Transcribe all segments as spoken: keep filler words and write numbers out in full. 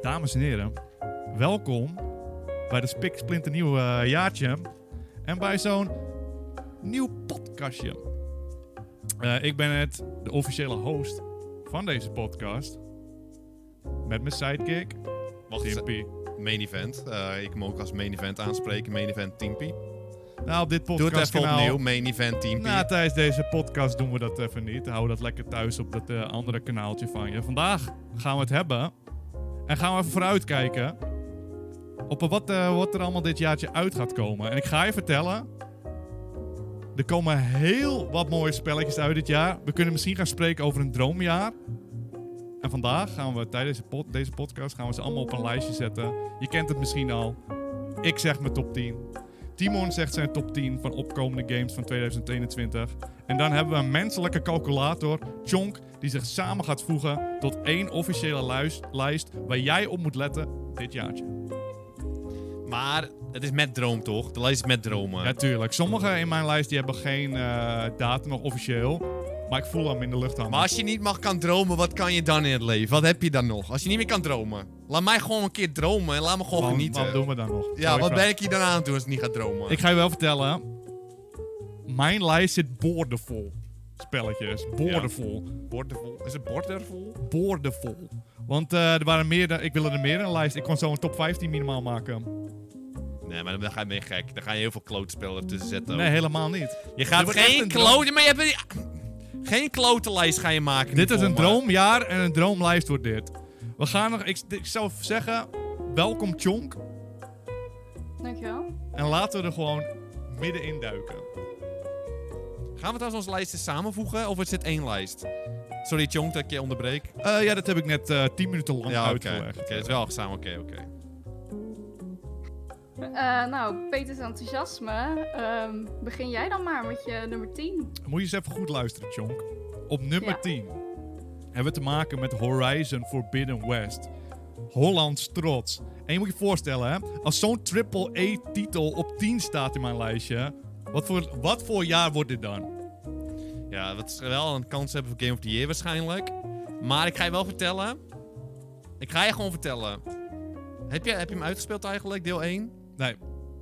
Dames en heren, welkom bij de spik splinternieuw uh, jaartje en bij zo'n nieuw podcastje. Uh, ik ben het, de officiële host van deze podcast, met mijn sidekick, Timpy. Main event. Uh, ik mag ook als main event aanspreken, main event Timpy. Nou, op dit Doe het even podcastkanaal... opnieuw, main event Timpy. Nou, tijdens deze podcast doen we dat even niet. Hou dat lekker thuis op dat uh, andere kanaaltje van je. Vandaag gaan we het hebben en gaan we even vooruitkijken op wat, uh, wat er allemaal dit jaartje uit gaat komen. En ik ga je vertellen, er komen heel wat mooie spelletjes uit dit jaar. We kunnen misschien gaan spreken over een droomjaar. En vandaag gaan we tijdens deze, pod- deze podcast gaan we ze allemaal op een lijstje zetten. Je kent het misschien al. Ik zeg mijn top tien. Timon zegt zijn top tien van opkomende games van tweeduizend eenentwintig. En dan hebben we een menselijke calculator, Chonk, die zich samen gaat voegen tot één officiële luis- lijst waar jij op moet letten dit jaartje. Maar het is met droom, toch? De lijst is met dromen. Natuurlijk. Sommigen in mijn lijst die hebben geen uh, datum nog officieel. Maar ik voel hem in de lucht hangen. Maar als je niet mag kan dromen, wat kan je dan in het leven? Wat heb je dan nog? Als je niet meer kan dromen. Laat mij gewoon een keer dromen en laat me gewoon wat, genieten. Wat doen we dan nog? Ja, Sorry, wat vraag. ben ik hier dan aan doen als ik niet ga dromen? Ik ga je wel vertellen. Mijn lijst zit boordevol. Spelletjes. Boordevol. Ja. Boordevol? Is het bordervol? Boordevol. Want uh, er waren meer dan, ik wilde er meer in een lijst. Ik kon zo een top vijftien minimaal maken. Nee, maar dan ga je mee gek. Dan ga je heel veel klotenspellen ertussen zetten. Nee, helemaal niet. Je gaat Dit wordt echt geen een droom. kloten, maar je hebt die... Geen klotenlijst ga je maken. Dit is voor een me. droomjaar en een droomlijst wordt dit. We gaan nog... Ik, ik zou zeggen, welkom Chonk. Dankjewel. En laten we er gewoon middenin duiken. Gaan we trouwens onze lijsten samenvoegen of is dit één lijst? Sorry, Chonk, dat ik je onderbreek. Uh, ja, dat heb ik net uh, tien minuten lang Ja, oké. uitgelegd. Oké, dat is wel samen. Oké, oké. Uh, nou, Peters enthousiasme. Um, begin jij dan maar met je nummer tien. Moet je eens even goed luisteren, Chonk. Op nummer Ja. tien hebben we te maken met Horizon Forbidden West. Hollands trots. En je moet je voorstellen, hè, als zo'n triple A-titel op tien staat in mijn lijstje, wat voor, wat voor jaar wordt dit dan? Ja, dat is wel een kans hebben voor Game of the Year waarschijnlijk. Maar ik ga je wel vertellen. Ik ga je gewoon vertellen. Heb je, heb je hem uitgespeeld eigenlijk, deel één? Nee.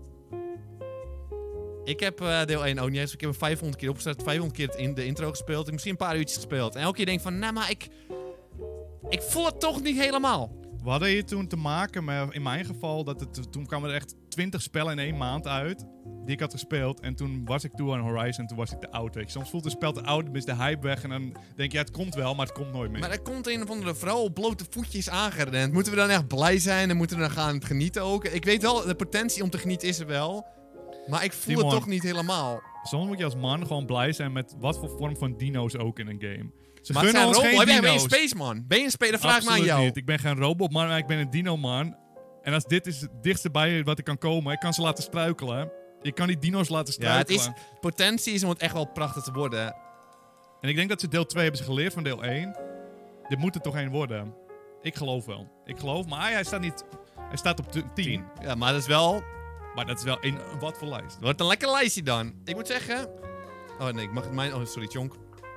Ik heb uh, deel één ook niet eens. Ik heb hem vijfhonderd keer opgestart, vijfhonderd keer het in de intro gespeeld. Ik heb misschien een paar uurtjes gespeeld. En elke keer denk ik van, nou maar ik... Ik voel het toch niet helemaal. We hadden hier toen te maken met, in mijn geval, dat het, toen kwamen er echt twintig spellen in één maand uit, die ik had gespeeld. En toen was ik toe aan Horizon en toen was ik te oud, weet je. Soms voelt een spel te oud, dan is de hype weg en dan denk je, ja, het komt wel, maar het komt nooit meer. Maar er komt een of andere vrouw op blote voetjes aangerend. Moeten we dan echt blij zijn en moeten we dan gaan genieten ook? Ik weet wel, de potentie om te genieten is er wel. Maar ik voel Timon. het toch niet helemaal. Soms moet je als man gewoon blij zijn met wat voor vorm van dino's ook in een game. Ze Maar het gunnen zijn ons robots. geen Ben je dino's. een spaceman? Ben je een speler? Vraag Absoluut maar aan jou. niet. Ik ben geen robotman, maar ik ben een dino-man. En als dit is het dichtste bij wat ik kan komen, ik kan ze laten struikelen. Hè. Je kan die dino's laten Ja, het struikelen. is, potentie is om het echt wel prachtig te worden. En ik denk dat ze deel twee hebben ze geleerd van deel één. Dit moet er toch één worden. Ik geloof wel. Ik geloof, maar hij staat niet... Hij staat op tien. Ja, maar dat is wel... Maar dat is wel in wat voor lijst. Het wordt een lekker lijstje dan. Ik moet zeggen... Oh nee, ik mag het mijn... Oh, sorry, Chonk.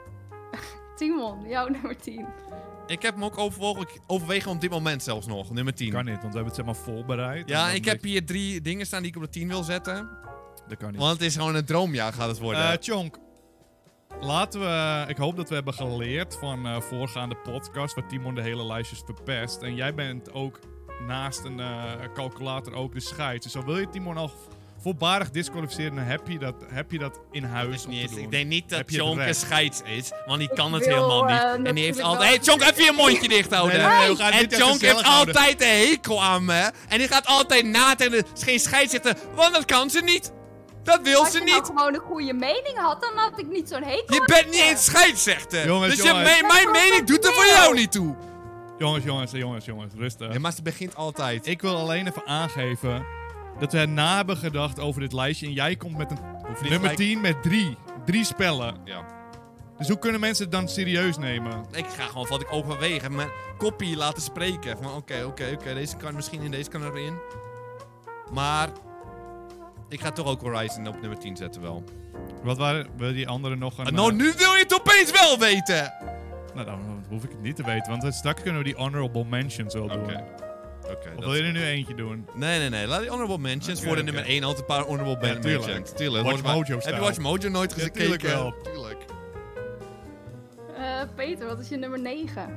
Timon, jouw nummer tien. Ik heb hem ook overwogen. Ik overweeg hem op dit moment zelfs nog. Nummer tien. Kan niet, want we hebben het zeg maar voorbereid. Ja, En dan ik heb denk- hier drie dingen staan die ik op de tien wil zetten. Dat kan niet. Want het is gewoon een droomjaar gaat het worden. Eh, Chonk, laten we... Ik hoop dat we hebben geleerd van uh, voorgaande podcast, waar Timon de hele lijstjes verpest. En jij bent ook naast een uh, calculator ook de scheids. Dus al wil je Timon al voorbarig disqualificeren, dan heb je dat, heb je dat in huis Dat is om niet te eens- doen. ik denk niet dat Heb je het Chonk een recht? scheids is. Want die kan Ik het wil, helemaal niet. uh, en die heeft natuurlijk altijd... Hé, wel- hey, Chonk, even je mondje dicht houden. Nee, nee, nee, we gaan en dit Chonk gezellig heeft houden. altijd een hekel aan me. En die gaat altijd na tegen de... is geen scheidsrechter. Want dat kan ze niet. Dat wil Als ze je nou niet. gewoon een goede mening had, dan had ik niet zo'n hekel Je aan bent niet je. eens scheidsrechter. Jongens, dus je, jongens. me- mijn mening doet er voor jou niet toe. Jongens, jongens, jongens, jongens, rustig. Ja, maar ze begint altijd. Ik wil alleen even aangeven dat we na hebben gedacht over dit lijstje. En jij komt met een Hoeft niet nummer gelijk- tien met drie. Drie spellen. Ja. Dus hoe kunnen mensen het dan serieus nemen? Ik ga gewoon wat ik overweeg en mijn kopie laten spreken. Van oké, oké, oké, deze kan misschien in, deze kan erin. Maar ik ga toch ook Horizon op nummer tien zetten wel. Wat waren wil die anderen nog? Een, En nou, eh, nu wil je het opeens wel weten! Nou, dan hoef ik het niet te weten, want straks kunnen we die honorable mentions wel doen. Oké. oké. Of dat wil je is- er nu eentje doen? Nee, nee, nee. Laat die honorable mentions Oké, voor de oké. nummer één. Altijd een paar honorable Ja, tuurlijk. mentions. Tuurlijk. Watch Hoort maar- Mojo Heb style. je Watch Mojo nooit Ja, gekeken? tuurlijk wel. Tuurlijk. Eh, Peter, wat is je nummer negen?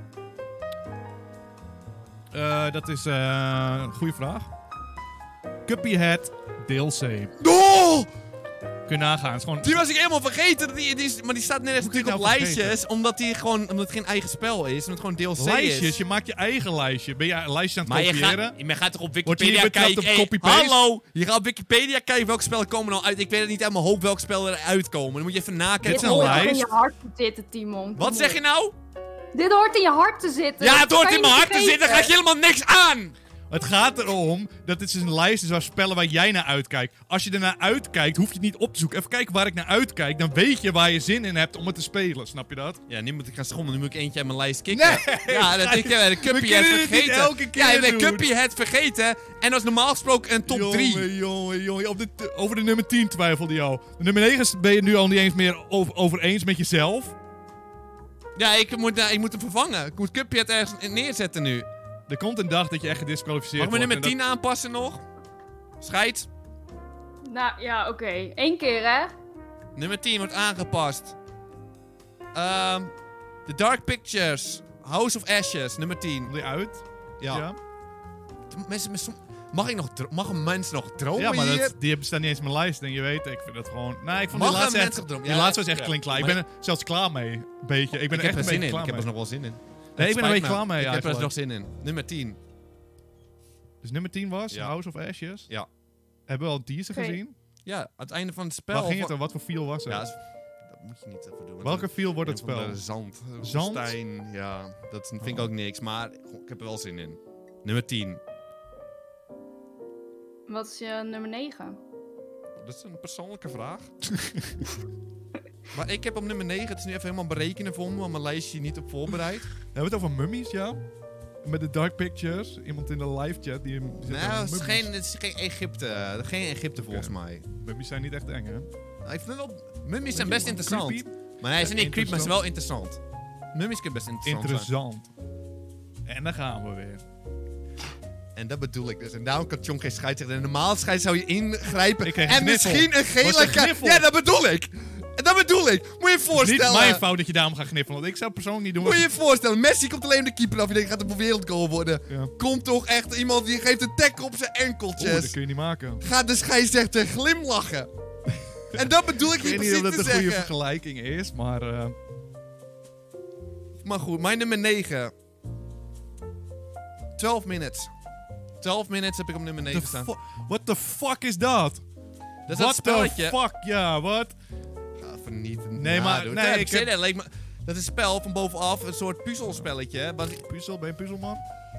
Eh, dat is eh, een goede vraag. Cuphead deel C. Oh! Kun je nagaan. Het is gewoon... Die was ik helemaal vergeten. Die, die is, maar die staat nergens Hoe kun je natuurlijk op nou lijstjes. Omdat, die gewoon, omdat het geen eigen spel is. Omdat het gewoon D L C Lijstjes, is. je maakt je eigen lijstje. Ben je een lijstje aan het Maar je kopiëren? gaat, je gaat toch op Word je niet Wikipedia betrapt kijken. op Hey, copy-paste? hallo! Je gaat op Wikipedia kijken welke spellen komen er al uit. Ik weet het niet uit mijn hoofd welke spellen eruit komen. Dan moet je even nakijken. Dit is een hoort lijst. in je hart te zitten, Timon. Kom Wat zeg je op. nou? Dit hoort in je hart te zitten. Ja, Dat het hoort kan in je mijn niet hart te zitten. Dan vergeten. gaat je helemaal niks aan. Het gaat erom dat het is een lijst is waar spellen waar jij naar uitkijkt. Als je er naar uitkijkt, hoef je het niet op te zoeken. Even kijken waar ik naar uitkijk. Dan weet je waar je zin in hebt om het te spelen. Snap je dat? Ja, nu moet ik gaan schommelen. Nu moet ik eentje uit mijn lijst kicken. Nee! Ja, dat ik heb de Cuphead kunnen dit niet vergeten. elke keer ja, ik ben doen. Cuphead vergeten. En dat is normaal gesproken een top drie. Jongen, jongen, jongen. Op de, over de nummer tien twijfelde jou. De nummer negen ben je nu al niet eens meer over, over eens met jezelf. Ja, ik moet, uh, ik moet hem vervangen. Ik moet Cuphead ergens neerzetten nu. Er komt een dag dat je echt gedisqualificeerd Mag ik mijn wordt. nummer en tien aanpassen nog? Scheid. Nou, ja, oké. Eén keer, hè? Nummer tien wordt aangepast. Ehm The Dark Pictures. House of Ashes, nummer tien. dat- Wil je uit? Ja. Ja, Mensen, met som- mag, ik nog dro- mag een mens nog dromen ja maar hier? dat, die staan niet eens in mijn lijst. En je weet, ik vind dat gewoon... Nou, ik vond Mag die laatste een echt... mens nog dromen? Die Ja, laatste was echt ja. klinkklaar. Ik Maar- ben er zelfs klaar mee. Een beetje. Ik ben Ik er heb echt er een zin beetje in. klaar Ik heb er mee. nog wel zin in. Nee, ik ben er een beetje Spijt me. klaar mee Ik heb er nog eigenlijk. zin in. Nummer tien. Dus nummer tien was Ja. House of Ashes. Ja. Hebben we al een teaser Oké. gezien? Ja, aan het einde van het spel. Waar ging of- het om? Wat voor feel was het? Ja, dat is- dat moet je niet even doen. Welke feel wordt het Een van spel? de Zand. Zand? Woestijn, ja. Dat vind ik Oh. ook niks, maar goh, ik heb er wel zin in. Nummer tien. Wat is je nummer negen? Dat is een persoonlijke vraag. Maar ik heb op nummer negen, het is nu even helemaal berekenen voor me, want mijn lijstje niet op voorbereid. Hebben we het over mummies, ja? Met de Dark Pictures. Iemand in de live chat die... die zegt Nou, over het is, mummies. geen, het is geen Egypte. Geen Egypte volgens mij. Mummies zijn niet echt eng, hè? Nou, ik vind wel, mummies zijn best interessant. Creepy? Maar hij is Ja, niet creep, maar ze zijn wel interessant. Mummies kunnen best interessant zijn. Interessant. En daar gaan we weer. En dat bedoel ik dus. En daarom kan Tjon geen scheidsrechter. En normaal scheids zou je ingrijpen. Ik kreeg een En kniffel. misschien een Was gele een kaart. kniffel? Ja, dat bedoel ik. Dat bedoel ik. Moet je je Het is niet voorstellen. mijn fout dat je daarom gaat knippelen. Want ik zou persoonlijk niet doen Moet wat... je je voorstellen. Messi komt alleen de keeper af. Je denkt, gaat het een wereldgoal worden. Ja. Komt toch echt iemand die geeft een tackle op zijn Oeh, enkeltjes. dat kun je niet maken. Gaat de scheidsrechter glimlachen. En dat bedoel ik Ik hier weet niet precies of te dat een goede zeggen. vergelijking is, maar... eh, Maar goed, mijn nummer negen. twaalf minutes. twaalf minutes heb ik op nummer negen the staan. fu- what the fuck is dat? Dat is dat What the spelletje. fuck, ja, wat? Ga even niet Nee, maar- nadoen. nee, Dat ik heb- heb- dat leek me- Dat is een spel van bovenaf, een soort puzzelspelletje. hè. Maar ik- Puzzel, ben je een puzzelman?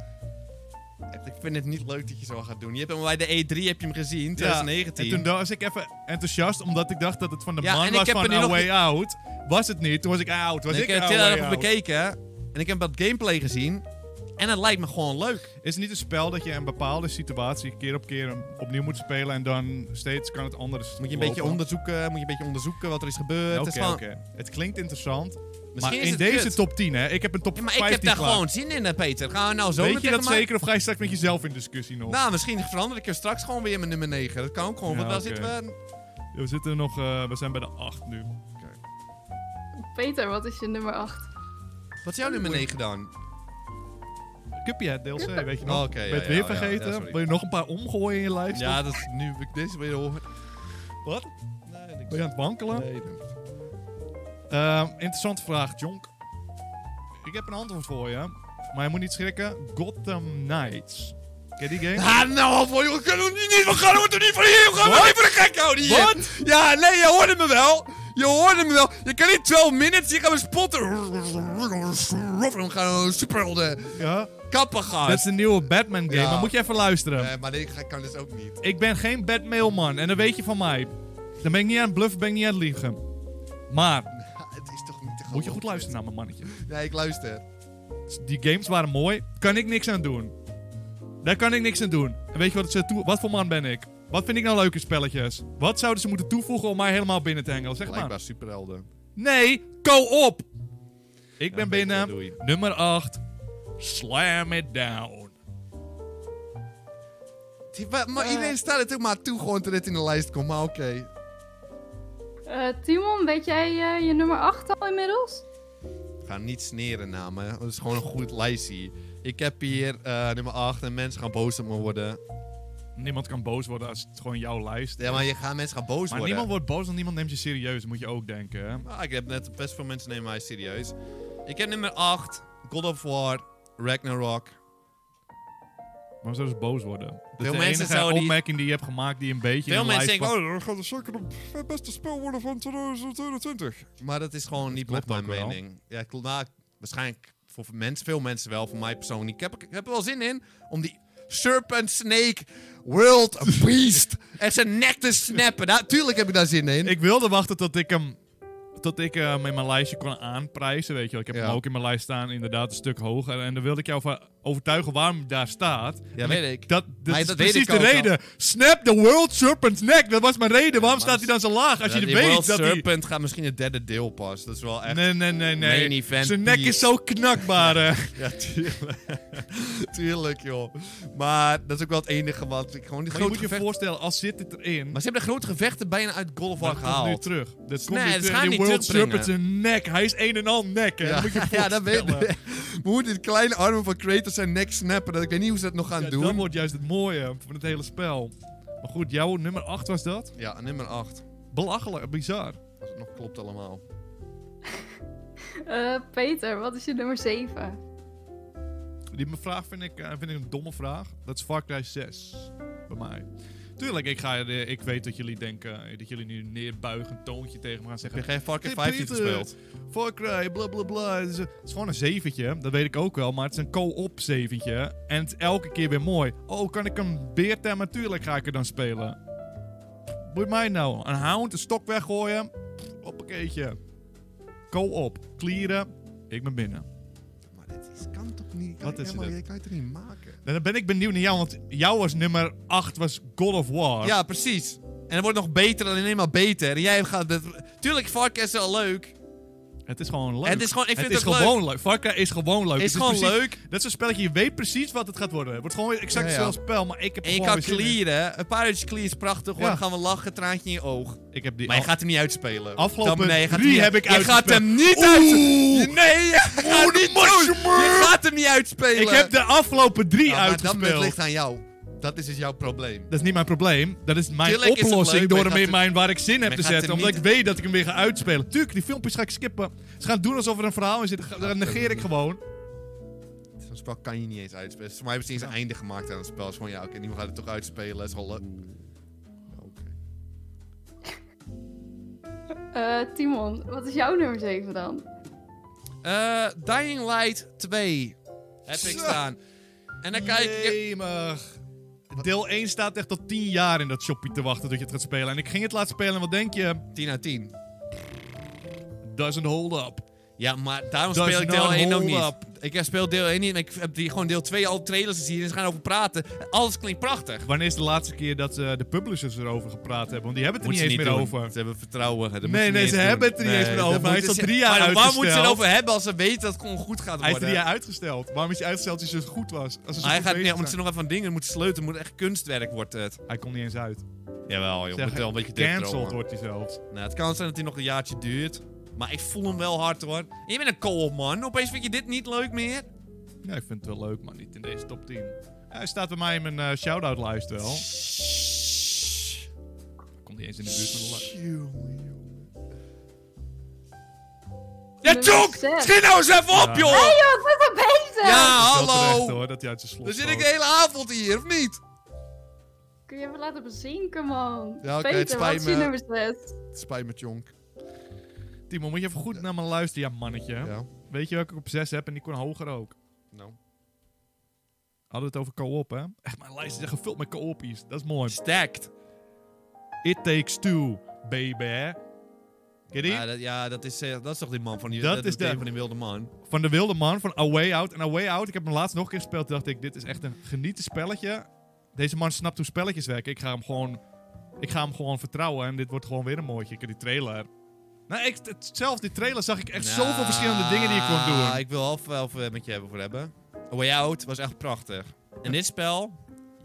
ik vind het niet leuk dat je zo gaat doen. Je hebt hem bij de E drie heb je hem gezien, twintig negentien. en toen da- was ik even enthousiast, omdat ik dacht dat het van de Ja, en man ik was heb van er nu A nog- Way Out. Was het niet, toen was ik out. Was En ik ik heb A het heel Way erg Out. bekeken. En ik heb wat gameplay gezien. En het lijkt me gewoon leuk. Is het niet een spel dat je een bepaalde situatie keer op keer opnieuw moet spelen en dan steeds kan het anders Moet je een beetje lopen? onderzoeken, moet je een beetje onderzoeken wat er is gebeurd. Oké, Het is gewoon- oké. Het klinkt interessant, maar Misschien is in het deze kut. top tien, hè? Ik heb een top Ja, maar ik heb vijftien daar klaar. gewoon zin in, hè, Peter. Gaan we nou zo Weet met je dat tegen mij? zeker of ga je straks met jezelf in discussie nog? Nou, misschien verander ik er straks gewoon weer mijn nummer negen. Dat kan ook gewoon, Ja, want daar oké. zitten we... Ja, we zitten nog, eh, we zijn bij de acht nu. Peter, wat is je nummer acht? Wat is jouw nummer negen dan? Cuphead D L C, weet je nog? Oh, oké, ben je ja, het ja, weer ja, ja, vergeten? sorry. Wil je nog een paar omgooien in je lijst? Ja, dat is nu heb ik deze weer hoor. Wat? Nee, niks. Ben je aan het wankelen? Nee, dat- Ehm, interessante vraag, Jonk. Ik heb een antwoord voor je. Maar je moet niet schrikken. Gotham Knights. Ken je die game? Ah, nou al voor joh. Kunnen we niet, we gaan er niet van hier. We gaan Wat? we niet voor de gek houden hier. Wat? Ja, nee, je hoorde me wel. Je hoorde me wel. Je kan niet twaalf minutes, je gaat me spotten. We gaan superhelden Ja. kappen gaan. Dat is de nieuwe Batman game. Ja. Maar moet je even luisteren. Nee, maar dit kan dus ook niet. Ik ben geen Batmailman. En dat weet je van mij. Dan ben ik niet aan het bluffen, ben ik niet aan het liegen. Maar, Het is toch niet te moet je geloven. goed luisteren naar mijn mannetje. Nee, ik luister. Die games waren mooi. Kan ik niks aan doen. Daar kan ik niks aan doen. En weet je wat, ze toe wat voor man ben ik? Wat vind ik nou leuke spelletjes? Wat zouden ze moeten toevoegen om mij helemaal binnen te hengelen? Zeg maar. Blijkbaar superhelden. Nee, co-op! Ik ben Ja, binnen. doei. Nummer acht. Slam it down. Die- maar maar Uh. iedereen staat het ook maar toe gewoon dat dit in de lijst komt, maar oké. Uh, Timon, weet jij uh, je nummer acht al inmiddels? We gaan niet sneren naar me. Dat is gewoon een goed lijstje. Ik heb hier uh, nummer acht en mensen gaan boos op me worden. Niemand kan boos worden als het gewoon jouw lijst is. Ja, maar je gaat mensen gaan boos Maar worden. niemand wordt boos, want niemand neemt je serieus. Dat moet je ook denken, hè? Ah, ik heb net best veel mensen nemen mij serieus. Ik heb nummer acht, God of War, Ragnarok. Maar ze dus boos worden. Dat Veel is de mensen enige zouden die- opmerking die je hebt gemaakt die een beetje Veel in de mensen lijst denken, van- oh, dat gaat zeker het beste spel worden van twintig tweeëntwintig. Maar dat is gewoon niet klopt mijn ook wel. mening. Ja, klopt. Nou, waarschijnlijk voor mensen, veel mensen wel, voor mij persoonlijk. Ik heb, ik heb er wel zin in om die Serpent Snake World Beast en zijn nek te snappen. Natuurlijk heb ik daar zin in. Ik wilde wachten tot ik hem... Tot ik hem in mijn lijstje kon aanprijzen, weet je wel. Ik heb Ja. hem ook in mijn lijst staan, inderdaad, een stuk hoger. En dan wilde ik jou van overtuigen waarom hij daar staat. Ja, En weet ik. Dat, dat Maar is dat weet precies ik de ook reden. Snap the World Serpent's neck. Dat was mijn reden. Waarom maar staat hij dan zo laag? Als Ja, je die weet World dat hij... Serpent gaat misschien het derde deel pas. Dat is wel echt... Nee, nee, nee, nee. Main event Zijn nek piece. is zo knakbaar. hè. Ja, tuurlijk. Tuurlijk, joh. Maar dat is ook wel het enige wat ik gewoon die Maar je grote moet je gevechten... voorstellen, als zit dit erin... Maar ze hebben de grote gevechten bijna uit God of War dat komt nu gehaald. terug. Dat komt Nee, nu dat terug. gaan Die niet World terugbrengen. Serpent zijn nek. Hij is een en al nek, hè. Ja, Dat moet je je ja, dat weet voorstellen. ik. Maar hoe die kleine armen van Kratos zijn nek snappen, dat ik weet niet hoe ze dat nog gaan Ja, doen. dat wordt juist het mooie van het hele spel. Maar goed, jouw nummer acht was dat? Ja, nummer acht. Belachelijk, bizar. Als het nog klopt allemaal. Uh, Peter, wat is je nummer zeven? Die vraag vind ik, uh, vind ik een domme vraag. Dat is Far Cry zes. Bij mij. Tuurlijk, ik, ga, uh, ik weet dat jullie denken... Uh, dat jullie nu een neerbuigend toontje tegen me gaan Heb zeggen... je geen Far Cry Hey, vijf niet Peter, gespeeld? Far Cry, bla bla bla. Het is, het is gewoon een zeventje, dat weet ik ook wel. Maar het is een co-op zeventje. En het is elke keer weer mooi. Oh, kan ik een beer temmen? Tuurlijk ga ik er dan spelen. Boeit mij nou. Een hound, een stok weggooien. Pff, hoppakeetje. Co-op. Clearen. Ik ben binnen. Maar dit is, kan toch niet? Kan Wat je is helemaal- het? Je kan het er niet maken. En dan ben ik benieuwd naar jou, want jou was nummer acht was God of War. Ja, precies. En het wordt nog beter en alleen maar beter. En jij gaat... met- Tuurlijk, Far Cry is wel leuk. Het is gewoon leuk. Het is gewoon... Ik vind het het, is ook gewoon leuk. Far Cry is gewoon leuk. leuk. Is Het gewoon precies- leuk. Dat is een spelletje, je weet precies wat het gaat worden. Het wordt gewoon weer exact Ja, ja. hetzelfde spel, maar ik heb er En je gewoon kan weer zin in. clearen. Een paar uurtjes clear is prachtig. Gewoon Ja. gaan we lachen, traantje in je oog. Ik heb die Maar je al- gaat hem niet uitspelen. Afgelopen Dan- nee, je gaat drie hem niet- heb ik Je gaat uitgespeeld. hem niet Oeh. uitspelen. Nee, je gaat Oeh, de niet doen. mushroom. Je gaat hem niet uitspelen. Ik heb de afgelopen drie Ja, maar uitgespeeld. dat ligt aan jou. Dat is dus jouw probleem. Dat is niet mijn probleem. Dat is mijn Tuurlijk is het oplossing leuk, door maar hem je in gaat mijn waar ik zin heb maar te je gaat zetten. er Omdat niet- ik weet dat ik hem weer ga uitspelen. Tuurlijk, die filmpjes ga ik skippen. Ze gaan doen alsof er een verhaal in zit. Dat negeer ik gewoon. Zo'n spel kan je niet eens uitspelen. Voor mij hebben ze niet eens een einde gemaakt aan het spel. Het is gewoon, ja, oké, niemand gaat het toch uitspelen. Dat is wel leuk. Ja, oké. Uh, Timon, wat is jouw nummer zeven dan? Eh, Dying Light twee. Heb ik Zo. staan. En dan kijk ik... Jemig. Deel één staat echt tot tien jaar in dat shoppie te wachten tot je het gaat spelen. En ik ging het laten spelen en wat denk je? tien uit tien. Doesn't hold up. Ja, maar daarom Does speel ik deel not één ook hold niet. up. Ik heb speel deel één niet en ik heb die gewoon deel twee al trailers gezien en ze gaan over praten. Alles klinkt prachtig. Wanneer is de laatste keer dat uh, de publishers erover gepraat hebben? Want die hebben het er Moet niet ze eens meer doen. over. Ze hebben vertrouwen. Dat Nee, moeten ze nee, niet ze eens hebben doen. het er niet eens meer dat over. Hij is moeten al ze- drie jaar Maar waar moeten ze het uitgesteld. over hebben als ze weten dat het gewoon goed gaat Hij is worden? drie jaar uitgesteld. Waarom is hij uitgesteld als hij zo goed was? Als ze zo Hij goed gaat bezig niet, omdat zijn? ze nog even aan dingen moeten sleutelen. Het moet echt kunstwerk worden het. Hij komt niet eens uit. Jawel, joh. Zeg, Moet wel een beetje cancelled dicht wordt hij zelfs. Nou, het kan zijn dat hij nog een jaartje duurt. Maar ik voel hem wel hard hoor. En je bent een co-op man. Opeens vind je dit niet leuk meer? Ja, ik vind het wel leuk, maar niet in deze top tien. Ja, hij staat bij mij in mijn uh, shout-out lijst wel. Komt niet eens in de buurt van de lijst. Ja, Nummer Tonk! zes. Schiet nou eens even op, Ja. joh! Hey joh, ik ben wel bezig! Ja, Het is wel terecht, hallo! hoor, dat hij uit zijn slot Dan zit ik schoot. de hele avond hier, of niet? Kun je even laten bezinken, man? Ja, oké, het Peter, wat spijt is je me. nummer zes? Het spijt me, Tonk. Timo, moet je even goed naar me luisteren, ja mannetje. Ja. Weet je welke ik op zes heb en die kon hoger ook? Nou. Hadden we het over co-op, hè? Echt, mijn lijst is echt gevuld met co-oppies. Dat is mooi. Stacked. It Takes Two, baby, hè? Ken je die? Ja, dat, ja, dat is, eh, dat is toch die man van die, Dat dat is is de... de- van die wilde man. Van de wilde man, van A Way Out. En A Way Out, ik heb hem laatst nog een keer gespeeld. Toen dacht ik, dit is echt een genieten spelletje. Deze man snapt hoe spelletjes werken. Ik ga hem gewoon, ik ga hem gewoon vertrouwen. En dit wordt gewoon weer een mooitje. Ik heb die trailer. Nou, ik, het, zelf die trailer zag ik echt Nou, zoveel verschillende dingen die je kon doen. Ik wil half wel even met je hebben voor hebben. A Way Out was echt prachtig. En dit spel,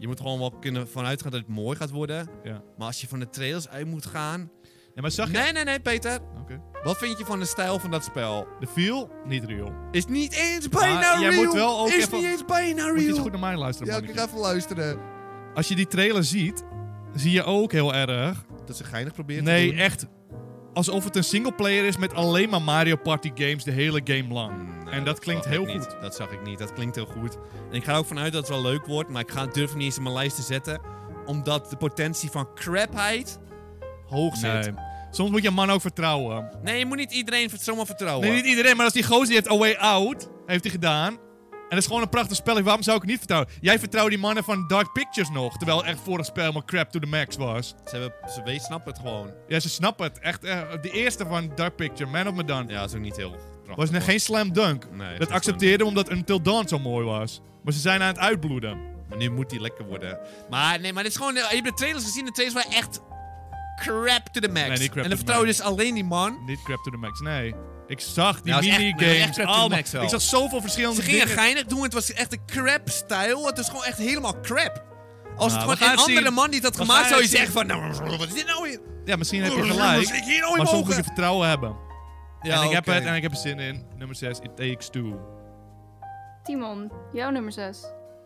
Je moet gewoon wel kunnen vanuit gaan dat het mooi gaat worden. Ja. Maar als je van de trailers uit moet gaan... Ja, maar zag je... Nee, nee, nee, Peter. Oké. Wat vind je van de stijl van dat spel? De feel, niet real. Is niet eens bijna Maar jij real. moet wel ook Is even- niet eens bijna real. Moet je eens goed naar mij luisteren, Ja, ik mannetje. ga even luisteren. Als je die trailer ziet, zie je ook heel erg... Dat ze geinig proberen te Nee, doen. echt... Alsof het een singleplayer is met alleen maar Mario Party games de hele game lang. Mm, nou, en dat klinkt zag heel ik niet. goed. Dat zag ik niet. Dat klinkt heel goed. En ik ga er ook vanuit dat het wel leuk wordt. Maar ik ga, durf het niet eens in mijn lijst te zetten. Omdat de potentie van crapheid hoog zit. Nee. Soms moet je een man ook vertrouwen. Nee, je moet niet iedereen zomaar vertrouwen. Nee, niet iedereen, maar als die gozer die heeft A Way Out, heeft hij gedaan. En dat is gewoon een prachtig spel. Waarom zou ik het niet vertrouwen? Jij vertrouwt die mannen van Dark Pictures nog. Terwijl het echt vorig spel helemaal crap to the max was. Ze, hebben, ze weet, snappen het gewoon. Ja, ze snappen het. Echt, eh, de eerste van Dark Picture, Man of Medan, Ja, dat is ook niet heel prachtig. was net geen slam dunk. Nee, Dat is accepteerden we omdat Until Dawn zo mooi was. Maar ze zijn aan het uitbloeden. Maar nu moet die lekker worden. Maar nee, maar dit is gewoon... Je hebt de trailers gezien. De trailers waren echt crap to the max. Nee, niet crap en to dan the vertrouw je max. dus alleen die man. Niet crap to the max, nee. Ik zag die Ja, dat is echt- nee, dat is minigames. echt crap to the allemaal. max wel. Ik zag zoveel verschillende Ze gingen dingen. geinig doen. Het was echt een crap stijl. Het is gewoon echt helemaal crap. Als Nou, het we gewoon gaan een het andere zien. man die dat We gemaakt gaan zou je het zeggen van... Nou, wat is dit nou weer? Ja, misschien heb je Wat gelijk. zit ik hier nou in Maar soms moet mogen? je vertrouwen hebben. Ja, en ik heb oké. het en ik heb er zin in. Nummer zes, It Takes Two. Timon, jouw nummer zes.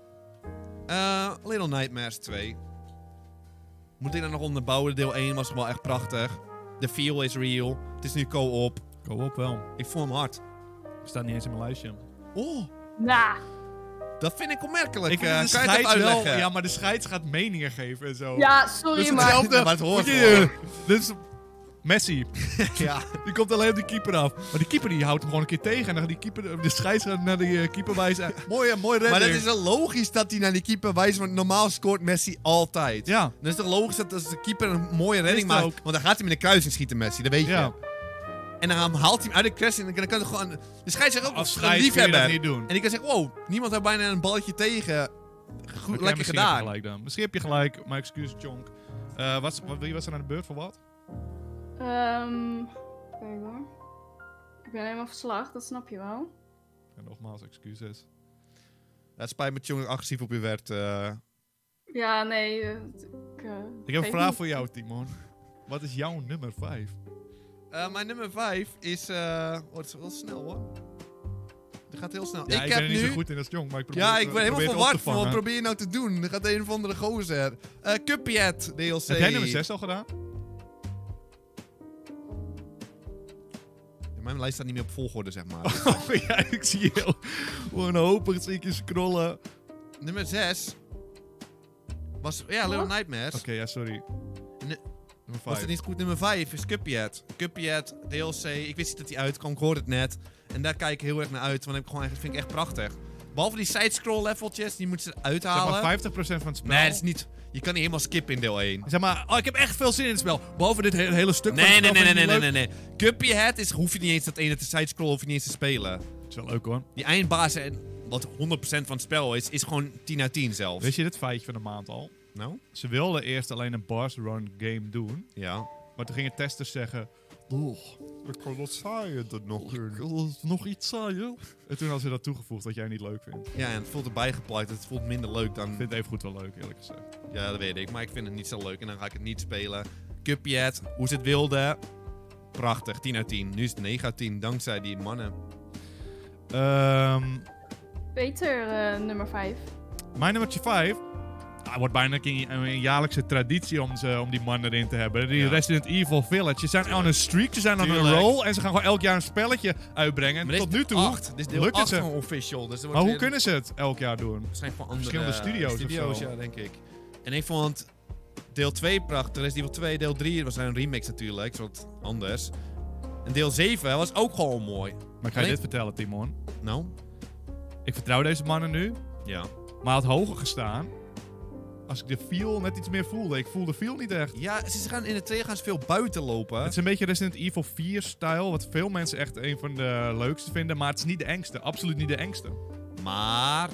Eh, Little Nightmares twee. Moet ik dan nog onderbouwen? Deel één was wel echt prachtig. The feel is real. Het is nu co-op. Go op wel. Ik voel hem hard. Staat niet eens in mijn lijstje. Oh, Nou, dat vind ik opmerkelijk. Ik vind Eh, dat de kan je het even scheids wel... uitleggen? Ja, maar de scheids gaat meningen geven en zo. ja, sorry, Dus maar... hetzelfde. Maar het hoort Moet je- gewoon. Dit is Messi. Ja. Die komt alleen op die keeper af. Maar die keeper die houdt hem gewoon een keer tegen. En dan gaat die keeper, de scheids gaat naar die eh, keeper wijzen. Mooi, eh, mooi redding. Maar dat is wel logisch dat hij naar die keeper wijst, want normaal scoort Messi altijd. Ja, Dan is het toch logisch dat als de keeper een mooie redding Is het maakt, ook. want dan gaat hij met de kruising schieten Messi, dat weet je. ja. En dan haalt hij hem uit de kruising en dan kan hij gewoon... De scheids zegt ook Als een scheids kun je dat liefhebber. niet doen. En die kan zeggen, wow, niemand heeft bijna een balletje tegen. Goed, Oké, lekker misschien heb je gedaan. gelijk dan. Misschien heb je gelijk. Maar excuus, Chonk. Eh, wat, wat, wie was er aan de beurt voor wat? Ehm, kijk hoor. Ik ben helemaal verslag, dat snap je wel. En nogmaals, excuses. Het spijt me, jongen, agressief op je werd. eh. Ja, nee. eh, ik, eh, Ik heb een geef vraag niet. voor jou, Timon. Wat is jouw nummer vijf? Eh, mijn nummer vijf is... eh wordt wel snel hoor. Dat gaat heel snel. Ja, ik, ik ben heb er niet nu... zo goed in als Chonk, maar ik probeer Ja, het, ik eh, ben helemaal probeer het op verward te van wat vangen. probeer je nou te doen? Er gaat een of andere gozer. Eh Cuphead, D L C. Heb jij nummer zes al gedaan? Ja, mijn lijst staat niet meer op volgorde, zeg maar. Oh, ja, ik zie je heel wanhopig zie ik je scrollen. Nummer zes was... Ja, Little Wat? Nightmares. Oké, ja, sorry. Nee. Nummer Was het vijf. niet goed? Nummer vijf is Cuphead. Cuphead, D L C. Ik wist niet dat die uitkwam, ik hoorde het net. En daar kijk ik heel erg naar uit, want dat vind ik echt prachtig. Behalve die side-scroll leveltjes, die moeten ze Zeg uithalen. maar vijftig procent van het spel. Nee, dat is niet... Je kan niet helemaal skippen in deel één. Zeg maar, oh, ik heb echt veel zin in het spel. Behalve dit hele, hele stuk van Nee, het nee, spel nee, nee, vind nee, ik nee, niet nee, nee. Cuphead is, hoef je niet eens dat ene side-scroll hoef je niet eens te spelen. leuk. Het is wel leuk hoor. Die eindbaas, en wat honderd procent van het spel is, is gewoon tien uit tien zelfs. Weet je dit feitje van de maand al? Nou? Ze wilden eerst alleen een boss run game doen. Ja. Maar toen gingen testers zeggen... Oh, ik kan dat saaien dat nog in. Ik wil het nog iets saaien. En toen hadden ze dat toegevoegd dat jij niet leuk vindt. Ja, en het voelt erbij geplakt. Het voelt minder leuk dan... Ik vind het even goed wel leuk, eerlijk gezegd. Ja, dat weet ik. Maar ik vind het niet zo leuk en dan ga ik het niet spelen. Cuphead, hoe ze het wilden. Prachtig, tien uit tien. Nu is het negen uit tien, dankzij die mannen. Ehm Peter, eh, nummer vijf. mijn nummertje vijf... Ah, wordt bijna een, een jaarlijkse traditie om, ze, om die man erin te hebben. Die Ja. Resident Evil Village. Ze zijn on een streak, ze zijn on een Tuurlijk. roll. En ze gaan gewoon elk jaar een spelletje uitbrengen. En Maar dit tot is nu toe acht. Dit is deel lukt het acht ze. van official. Dus er wordt Maar hoe weer- kunnen ze het elk jaar doen? Waarschijnlijk van andere Verschillende studio's of studio's, zo. ja, denk ik. En ik vond deel twee prachtig. Resident Evil twee, deel drie was een remix natuurlijk. Is wat anders. En deel zeven was ook gewoon mooi. Maar ik ga je Alleen- dit vertellen, Timon. Nou? Ik vertrouw deze mannen nu. Ja. Maar had hoger gestaan. Als ik de feel net iets meer voelde. Ik voelde de feel niet echt. Ja, ze gaan in de trailer gaan ze veel buiten lopen. Het is een beetje Resident Evil vier-stijl. Wat veel mensen echt een van de leukste vinden. Maar het is niet de engste. Absoluut niet de engste. Maar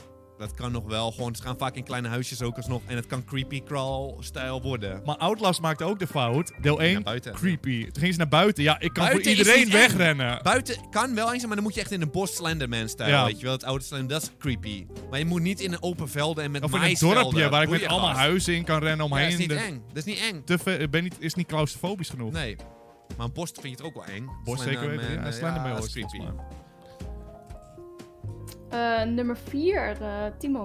Dat kan nog wel. Gewoon, ze gaan vaak in kleine huisjes ook alsnog. En het kan creepy crawl-stijl worden. Maar Outlast maakte ook de fout. Deel één, Naar buiten. creepy. Toen gingen ze naar buiten. Ja, ik kan Buiten voor is iedereen niet eng. wegrennen. Buiten kan wel eens zijn, maar dan moet je echt in een bos Slenderman-stijl. Ja. Weet je wel, het oude Slender, dat is creepy. Maar je moet niet in een open velden en met Of in een maïsvelden. dorpje waar ik met Boeien, allemaal gast. huizen in kan rennen Ja, omheen. dat is niet De- eng. Dat is niet eng. te ver- ben niet, is niet claustrofobisch genoeg. Nee. Maar een bos vind je het ook wel eng. Bos zeker weten. Slenderman, Ja, eh, Slenderman ja, is dat is creepy. volgens mij. Uh, nummer vier, uh, Timon.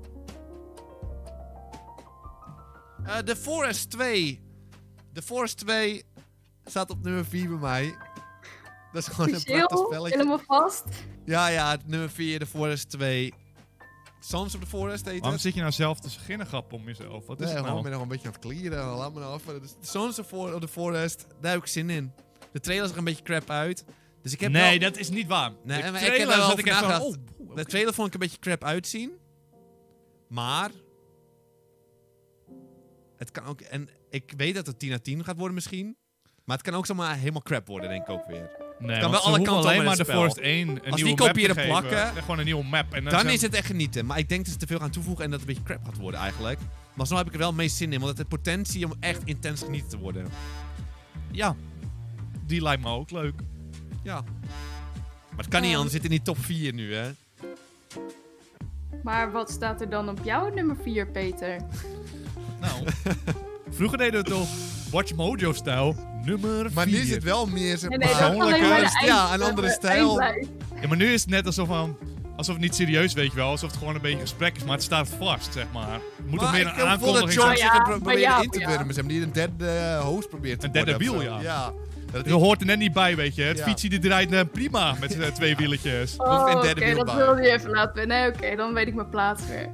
Uh, The Forest twee. The Forest twee staat op nummer vier bij mij. Dat is gewoon een prachtig Officieel, spelletje. helemaal vast. Ja, ja, het nummer vier, The Forest twee. Sons of the Forest heet Waarom het. zit je nou zelf te ginnegappen om jezelf? Wat is Nee, het gewoon, nou? ik ben nog een beetje aan het clearen. Laat me nou af. Dus Sons of for- of the Forest, daar heb ik zin in. De trailer zag er een beetje crap uit. Dus ik heb Nee, wel... dat is niet waar. Nee, De maar ik heb trailer er wel zat over echt van, nagedacht. oh, De trailer vond ik een beetje crap uitzien. Maar... Het kan ook... En ik weet dat het tien uit tien gaat worden misschien. Maar het kan ook zomaar helemaal crap worden, denk ik ook weer. Nee, kan want wel ze alle hoeven kanten alleen op maar met de het Forest spel. één een Als nieuwe die map kopiëren te geven. plakken- En gewoon een nieuwe map. En dan, Dan zijn- is het echt genieten. Maar ik denk dat ze te veel gaan toevoegen en dat het een beetje crap gaat worden eigenlijk. Maar zo heb ik er wel het meest zin in. Want het heeft potentie om echt intens genieten te worden. Ja, die lijkt me ook leuk. Ja. Maar het kan niet Ja. anders. We zitten in die top vier nu, hè. Maar wat staat er dan op jouw nummer vier, Peter? Nou, vroeger deden we het op Watch Mojo-stijl. Nummer Maar nu is vier. het wel meer... Zeg Nee, maar, nee, dat is alleen maar de persoonlijker. eind, Ja, een de- andere de stijl. eindlijst. Ja, maar nu is het net alsof, van, alsof het niet serieus, weet je wel. Alsof het gewoon een beetje gesprek is, maar het staat vast, zeg maar. Het moet toch Maar meer ik een heb het gevoel dat aankondiging John zijn. Oh zich ja, er pro- maar probeert ja, in te ja. wurmen. Ze hebben die een derde eh, host probeert te Een derde worden of wiel, zo. ja. Ja. Dat Dat hoort er net niet bij, weet je. Het Ja. fietsje die draait eh, prima met zijn twee wieletjes. Hoeft Oh, geen oké, derde wiel dat bij. wilde je even laten. Nee, oké, dan weet ik mijn plaats weer.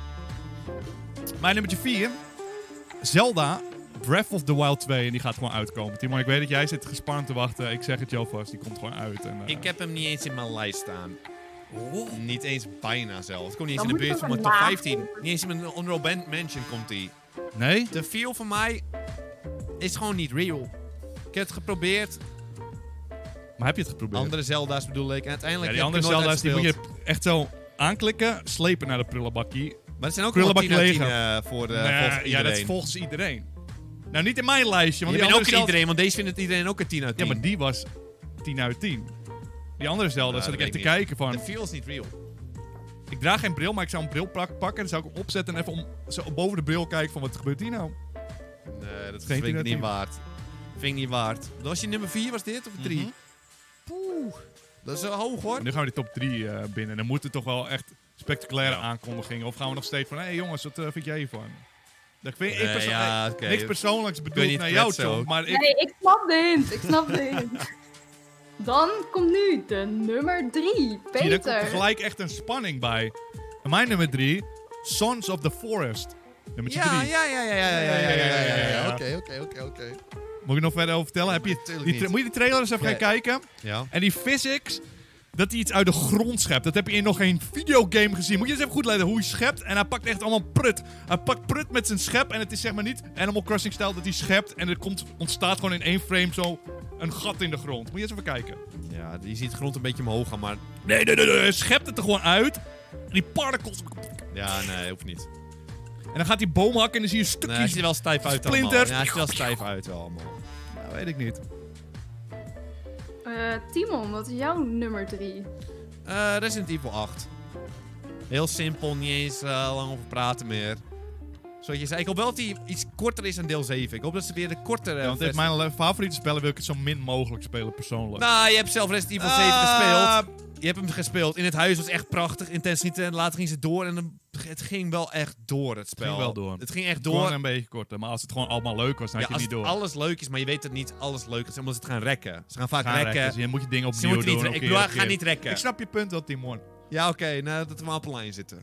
Mijn nummertje vier. Zelda Breath of the Wild twee. En die gaat gewoon uitkomen. Timon, ik weet dat jij zit gespannen te wachten. Ik zeg het jou vast. Die komt gewoon uit. En, eh, Ik heb hem niet eens in mijn lijst staan. Niet eens bijna zelfs. Het komt niet eens Dan in de moet buurt van het mijn top een laag vijftien. worden. Niet eens in mijn honorable ban- mention komt hij. Nee? De feel van mij is gewoon niet real. Ik heb het geprobeerd. Maar heb je het geprobeerd? Andere Zelda's bedoel ik. En uiteindelijk ja, die heb ik andere er nooit Zelda's die moet uitgespeeld. je echt zo aanklikken, slepen naar de prullenbakkie. Maar het zijn ook wel prullenbak tien uit tien leeg eh, voor, de, Nee, volgens ja, iedereen. dat is volgens iedereen. Nou, niet in mijn lijstje. Want Je die bent ook andere in Zelda- iedereen, want deze vindt het iedereen ook een tien uit tien. Ja, maar die was tien uit tien. Die andere Zelda Ja, zat dat ik echt te weet ik kijken van... De feel is niet real. Ik draag geen bril, maar ik zou een bril pak- pakken. Dan zou ik hem opzetten en even om, zo boven de bril kijken van wat gebeurt hier nou. Nee, dat Geen vind tien ik uit niet tien. waard. Vind ik niet waard. Dat was je nummer vier, was dit? Of drie? Mhm. Poeh. Dat is wel hoog hoor. En nu gaan we de top drie eh, binnen. Dan moeten toch wel echt spectaculaire Ja. aankondigingen. Of gaan we nog steeds van, hé hey jongens, wat eh, vind jij hiervan? Dat vind ik Nee, perso- ja, eh, oké. niks persoonlijks Kun je bedoeld niet naar jou, kletsen John. ook. Maar ik, Nee, ik snap de hint. Ik snap de hint. Dan komt nu de nummer drie, zie je, daar komt Peter. gelijk echt een spanning bij. En mijn nummer drie, Sons of the Forest. Nummer Ja, drie. ja, ja, ja, ja, ja, ja, ja, ja, ja, ja. ja. Oké, oké, oké, oké. Moet ik nog verder over vertellen? Heb je, Tuurlijk die tra- niet. moet je die trailer eens even Ja. gaan kijken? Ja. En die physics, dat hij iets uit de grond schept. Dat heb je in nog geen videogame gezien. Moet je eens even goed letten hoe hij schept. En hij pakt echt allemaal prut. Hij pakt prut met zijn schep. En het is zeg maar niet Animal Crossing stijl dat hij schept. En er komt, ontstaat gewoon in één frame zo een gat in de grond. Moet je eens even kijken. Ja, je ziet de grond een beetje omhoog gaan, maar... Nee, nee, nee, nee. Hij schept het er gewoon uit. En die particles. Ja, nee, hoeft niet. En dan gaat hij boom hakken en dan zie je Nee, hij stukjes. ziet er wel stijf uit allemaal. Splinters. Ja, hij ziet er wel stijf uit wel allemaal. Nou, weet ik niet. Eh, Timon, wat is jouw nummer drie? Eh, Resident Evil acht. Heel simpel, niet eens eh, lang over praten meer. Zoals je zei, ik hoop wel dat hij iets korter is dan deel zeven. Ik hoop dat ze weer de kortere... Ja, want in versie- mijn favoriete spellen wil ik het zo min mogelijk spelen, persoonlijk. Nou, je hebt zelf Resident Evil zeven Ah, gespeeld. Je hebt hem gespeeld. In het huis was echt prachtig, intens niet. En later ging ze door en dan, het ging wel echt door, het spel. ging wel door. Het ging echt Gewoon door. een beetje korter. Maar als het gewoon allemaal leuk was, dan Ja, had je als het niet het door. alles leuk is, maar je weet dat niet alles leuk is, omdat ze het gaan rekken. Ze gaan vaak Gaan rekken. rekken, dus je moet je dingen Ze opnieuw moeten niet doen. rekken. Ik oké, bedoel, oké. ga niet rekken. Ik snap je punt wel, Timon. Ja, oké, nou, dat we maar op een lijn zitten.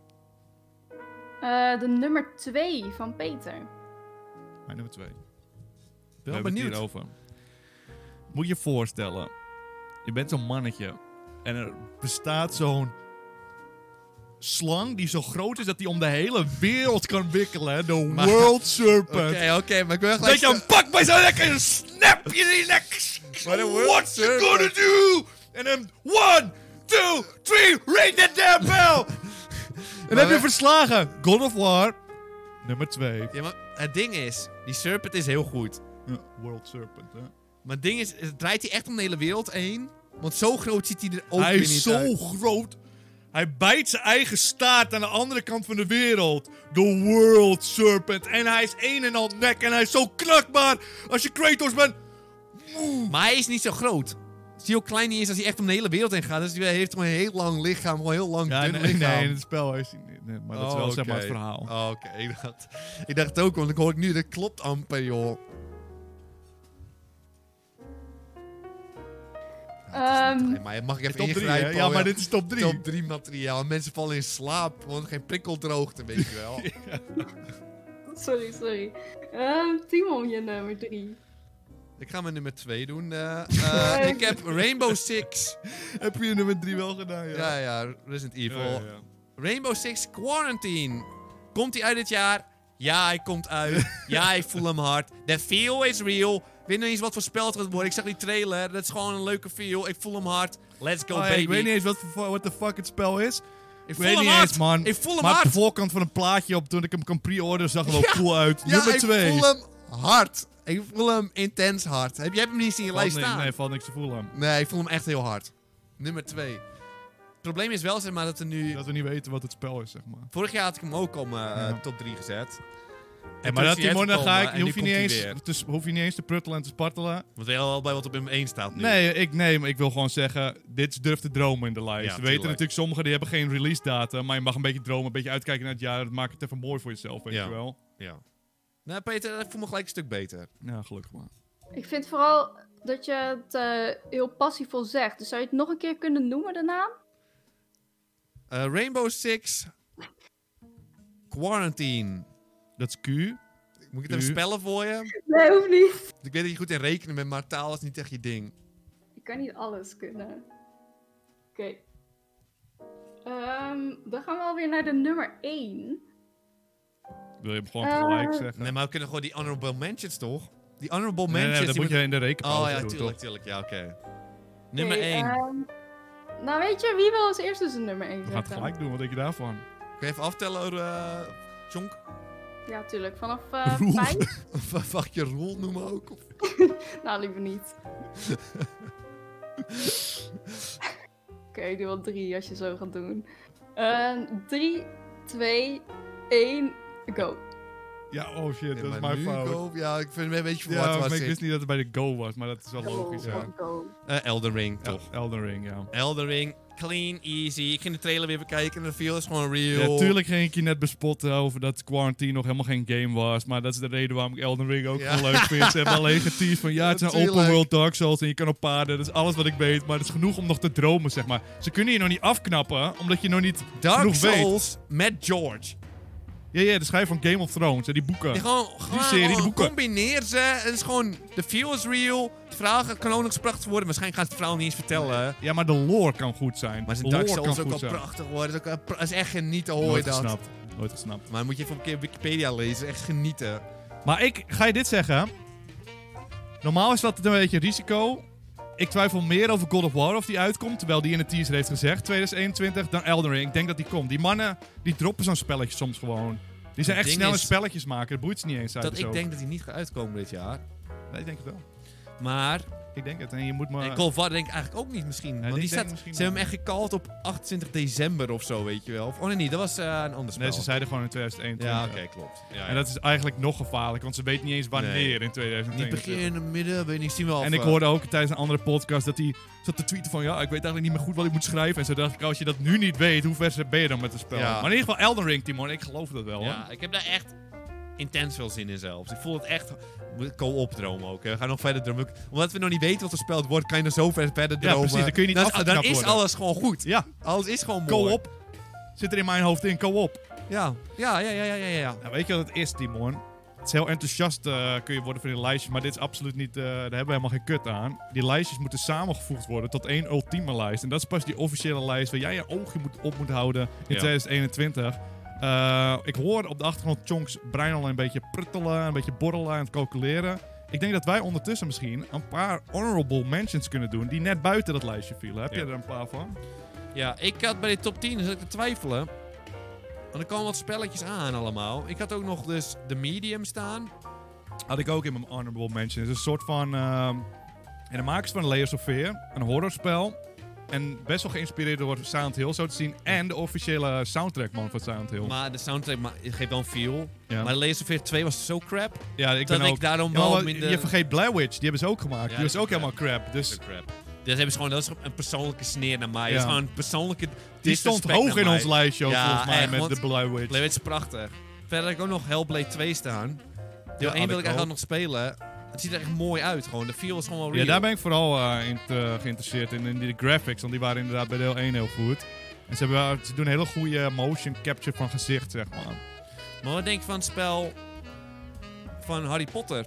Eh, de nummer twee van Peter. Mijn nummer twee. We Wel hebben het benieuwd. hierover. Moet je je voorstellen. Je bent zo'n mannetje. En er bestaat zo'n slang die zo groot is dat hij om de hele wereld kan wikkelen. hè. De Maar- World Serpent. Oké, oké, maar ik wil gelijk... Dat je hem pakt bij zijn nek en snap je die nek. Maar de World What you Serpent. gonna do? En dan one, two, three, ring that damn bell. En heb je verslagen. God of War, nummer twee. Ja, maar het ding is, die Serpent is heel goed. Ja, World Serpent, hè. Maar het ding is, draait hij echt om de hele wereld heen? Want zo groot ziet hij er ook Hij weer is niet zo uit. groot. Hij bijt zijn eigen staart aan de andere kant van de wereld. The World Serpent. En hij is een en al nek. En hij is zo knakbaar. Als je Kratos bent. Maar hij is niet zo groot. Zie je hoe klein hij is als hij echt om de hele wereld heen gaat? Dus hij heeft gewoon een heel lang lichaam. Gewoon een heel lang Ja, dun nee, lichaam. nee, in het spel is hij niet. Nee, maar dat is wel Oh, zeg maar oké. het verhaal. Oh, Oké, okay. ik, dacht, ik dacht ook, want ik hoor ik nu, dat klopt amper, joh. Ja, het is niet- Ehm, maar mag ik even Top drie, ingrijpen? hè? Ja, Oh, maar dit is top drie. Top drie materiaal. Mensen vallen in slaap. Gewoon geen prikkeldroogte, weet je wel. Sorry, sorry. Ehm, Timon, je nummer drie. Ik ga mijn nummer twee doen. Eh, eh, ik heb Rainbow Six. Heb je nummer drie wel gedaan, ja? Ja, ja, Resident Evil. Ja, ja, ja. Rainbow Six Quarantine. Komt hij uit dit jaar? Ja, hij komt uit. Ja, ik voel hem hard. The feel is real. Ik weet nog niet eens wat voor spel het gaat worden. Ik zag die trailer. Dat is gewoon een leuke feel. Ik voel hem hard. Let's go, Oh, ja, baby. ik weet niet eens wat voor what the fuck het spel is. Ik Ik voel weet hem niet hard. eens, man. Ik voel hem maar op de hard. voorkant van een plaatje op toen ik hem kon pre-orderen zag er wel Ja. cool uit. Ja, nummer ik twee. voel hem hard. Ik voel hem intens hard. Heb jij hebt hem niet in je Valt lijst niks- staan? Nee, valt niks te voelen. Nee, ik voel hem echt heel hard. Nummer twee. Het probleem is wel, zeg maar, dat er nu... Dat we niet weten wat het spel is, zeg maar. Vorig jaar had ik hem ook op mijn eh, Ja. top drie gezet. Hey, En maar toen dat is hij Timon, dan ga ik, uitgekomen hoef je, en niet nu eens komt hij te, hoef je niet eens te pruttelen en te spartelen. Want we al bij wat op nummer één staat nu. Nee, ik, nee, maar ik wil gewoon zeggen, dit is durf te dromen in de lijst. Ja, we weten tuurlijk. natuurlijk, sommigen die hebben geen release datum, maar je mag een beetje dromen, een beetje uitkijken naar het jaar. Dat maakt het even mooi voor jezelf, weet Ja. je wel. Ja. Nou, Peter, ik voel me gelijk een stuk beter. Ja, gelukkig maar. Ik vind vooral dat je het eh, heel passievol zegt. Dus zou je het nog een keer kunnen noemen, de naam? Eh, Rainbow Six Quarantine. Dat is Q. Moet ik het even U. spellen voor je? Nee, hoeft niet. Ik weet dat je goed in rekenen bent, maar taal is niet echt je ding. Ik kan niet alles kunnen. Oké. Ehm, dan gaan we alweer naar de nummer één. Wil je hem gewoon Eh, gelijk zeggen? Nee, maar we kunnen gewoon die honorable mentions, toch? Die honorable Nee, nee, mentions... dat die moet je in de rekenpauze Oh ja, doen, tuurlijk, toch? tuurlijk. Ja, oké. Nummer Oké, één. ehm, nou, weet je, wie wil als eerste zijn nummer één We gaan het zetten? gelijk doen, wat denk je daarvan? Kun je even aftellen, uh, Jonk? Ja, tuurlijk. Vanaf eh Roel. vijf? Of mag je Roel noemen ook? Of? Nou, liever niet. Oké, ik doe wel drie als je zo gaat doen. Uh, drie, twee, één, go. Ja, oh shit, Ja, dat is maar mijn nu fout. go- Ja, ik vind het een beetje Ja, verward maar was ik ik. wist niet dat het bij de Go was, maar dat is wel Go, logisch, ja. go, go. Eh, Elden Ring, Ja, toch? Elden Ring, ja. Elden Ring, clean, easy. Ik ging de trailer weer bekijken en de feel is gewoon real. Ja, tuurlijk ging ik je net bespotten over dat Quarantine nog helemaal geen game was. Maar dat is de reden waarom ik Elden Ring ook Ja. wel leuk vind. Ze hebben alleen geteased van ja, het is een Natuurlijk. open world Dark Souls en je kan op paarden. Dat is alles wat ik weet, maar het is genoeg om nog te dromen, zeg maar. Ze kunnen je nog niet afknappen, omdat je nog niet Dark genoeg weet. Souls met George. Ja, ja, de schrijver van Game of Thrones, hè, die boeken. Die gewoon, gewoon, serie, die gewoon boeken. combineer ze. Het is gewoon, de feel is real. Het verhaal kan ook nog eens prachtig worden. Waarschijnlijk gaat het verhaal niet eens vertellen. Ja, maar de lore kan goed zijn. Maar zijn de Dark lore Souls kan ook goed wel zijn. prachtig worden. Het is, ook, wel pra- het is echt genieten, hoor je Nooit dat. gesnapt. Nooit gesnapt. Maar moet je even een keer Wikipedia lezen. Echt genieten. Maar ik ga je dit zeggen. Normaal is dat een beetje risico. Ik twijfel meer over God of War of die uitkomt. Terwijl die in de teaser heeft gezegd twintig eenentwintig dan Elden Ring. Ik denk dat die komt. Die mannen die droppen zo'n spelletje soms gewoon. Die zijn Het echt ding snel is spelletjes maken. Dat boeit ze niet eens uit. Dat of ik zo. denk dat hij niet gaat uitkomen dit jaar. Nee, ik denk het wel. Maar Ik denk het. En je moet maar... en Call of Duty denk ik eigenlijk ook niet misschien. Want die die denk staat, misschien ze hebben wel. hem echt gecallt op achtentwintig december of zo, weet je wel. Of, oh nee, niet. Dat was eh, een ander spel. Nee, ze zeiden gewoon in twintig eenentwintig. Ja, oké, klopt. Ja, ja. En dat is eigenlijk nog gevaarlijk. Want ze weten niet eens wanneer Nee. in twintig Niet eenentwintig. begin, midden, weet niet, zien we al. En ik hoorde ook tijdens een andere podcast dat hij zat te tweeten van ja, ik weet eigenlijk niet meer goed wat ik moet schrijven. En zo dacht ik, als je dat nu niet weet, hoe ver ben je dan met het spel? Ja. Maar in ieder geval Elden Ring, Timon, ik geloof dat wel. Ja, Hoor. ik heb daar echt intens veel zin in zelfs. Ik voel het echt co-op dromen ook. Hè. We gaan nog verder dromen. Omdat we nog niet weten wat er spel wordt, kan je er zo ver verder Ja, dromen. precies, dan kun je niet dan, afgeknapt dan is worden. alles gewoon goed. Ja, Alles is gewoon mooi. co-op. Zit er in mijn hoofd in, co-op. Ja, ja, ja, ja, ja, ja. ja. Nou, weet je wat het is, Timon? Het is heel enthousiast uh, kun je worden voor die lijstjes, maar dit is absoluut niet, uh, daar hebben we helemaal geen kut aan. Die lijstjes moeten samengevoegd worden tot één ultieme lijst. En dat is pas die officiële lijst waar jij je oogje moet, op moet houden in Ja. twintig eenentwintig. Uh, ik hoor op de achtergrond Chonks brein al een beetje pruttelen, een beetje borrelen en het calculeren. Ik denk dat wij ondertussen misschien een paar honorable mentions kunnen doen die net buiten dat lijstje vielen. Heb Ja. je er een paar van? Ja, ik had bij de top tien, dus ik te twijfelen. Want er komen wat spelletjes aan allemaal. Ik had ook nog dus The Medium staan. Had ik ook in mijn honorable mention. Het is een soort van... Uh, en de makers van Layers of Fear. Een horrorspel. En best wel geïnspireerd door Silent Hill, zo te zien. En de officiële soundtrack man van Silent Hill. Maar de soundtrack ma- geeft wel een feel. Ja. Maar Layers of Fear twee was zo crap. Ja, ik dat ben ik ook... daarom Ja, wel maar minder... Je vergeet Blair Witch, die hebben ze ook gemaakt. Ja, die was die ook is helemaal crap. Dus Zo crap. Dus hebben ze gewoon, dat is een persoonlijke sneer naar mij. Ja. Dat is gewoon een persoonlijke die stond disrespect hoog naar in mij. ons lijstje ook, Ja, volgens mij, echt, met want de Blair Witch. Blair Witch is prachtig. Verder heb ik ook nog Hellblade twee staan. Deel Ja, één wil had ik ik eigenlijk ook. nog spelen. Het ziet er echt mooi uit gewoon. De feel is gewoon wel real. Ja, daar ben ik vooral uh, in te, geïnteresseerd in. In die graphics, want die waren inderdaad bij deel één heel goed. En ze, hebben, ze doen een hele goede motion capture van gezicht, zeg maar. Maar wat denk je van het spel van Harry Potter?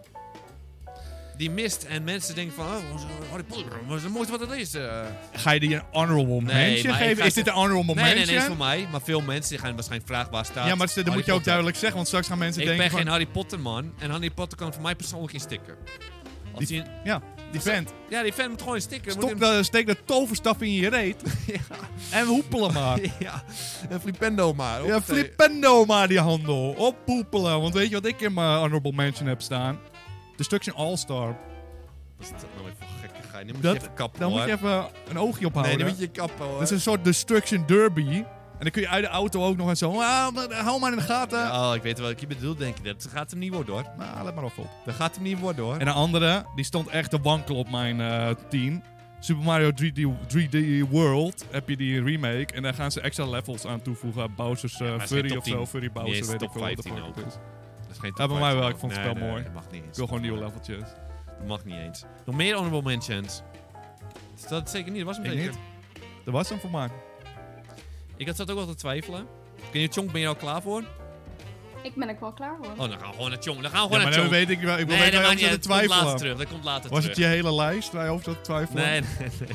Die mist en mensen denken van, oh, Harry Potter, wat is het mooiste wat het is. Uh. Ga je die een honorable Nee, mention maar ik geven? ga Is dit een honorable Nee, nee, mention? nee, is voor mij. Maar veel mensen gaan waarschijnlijk vragen waar staat. Ja, maar dat Harry moet je ook Potter. duidelijk zeggen, want straks gaan mensen Ik denken ben van... geen Harry Potter man. En Harry Potter kan voor mij persoonlijk in stikken. Als Die- die, Ja, die vent. ja, die fan moet gewoon in stikken. Moet Stop, hem- de, steek de toverstaf in je reet. En hoepelen maar. Ja, een flipendo maar. Ja, Hoppatee. flippendo maar die handel. Oppoepelen. Want weet je wat ik in mijn honorable mention heb staan? Destruction All-Star. Wat is dat nou weer voor gekke gein? Nu moet Dat- je even kappen, Daar moet hoor. je even een oogje op houden. Nee, dan moet je kappen, hoor. Dat is een soort Destruction Derby. En dan kun je uit de auto ook nog eens zo... Ah, maar hou maar in de gaten. Ja, oh, ik weet wel wat je bedoelt, denk ik. Dat gaat hem niet worden, hoor. Nou, let maar even op. Dat gaat hem niet worden, hoor. En de andere, die stond echt te wankelen op mijn eh team. Super Mario drie D, drie D World heb je die remake. En daar gaan ze extra levels aan toevoegen. Bowser's uh, maar het is Furry geen of top zo. tien. Furry Niet Bowser, eens weet top ik veel wat de vijftien fuck ook. het is. Dat is geen Ja, bij mij wel. Ik vond het nee, spel nee, mooi. Dat mag niet eens. Ik wil gewoon nieuwe leveltjes. Dat mag niet eens. Nog meer honorable mentions. Dat is zeker niet, dat was hem Ik zeker. niet. Dat was hem voor mij. Ik had zat ook wel te twijfelen. Kun je, Chonk, ben je al klaar voor? Ik ben er wel klaar voor. Oh, dan gaan we gewoon naar Chonk. Dan gaan we Ja, gewoon maar naar dan Chonk. weet ik wel. Ik wil Nee, weten dat waar maakt je niet over zat uit. te Dat komt later twijfelen. terug. Dat komt later Was het terug. je hele lijst waar je over zat te twijfelen? Nee, nee, nee.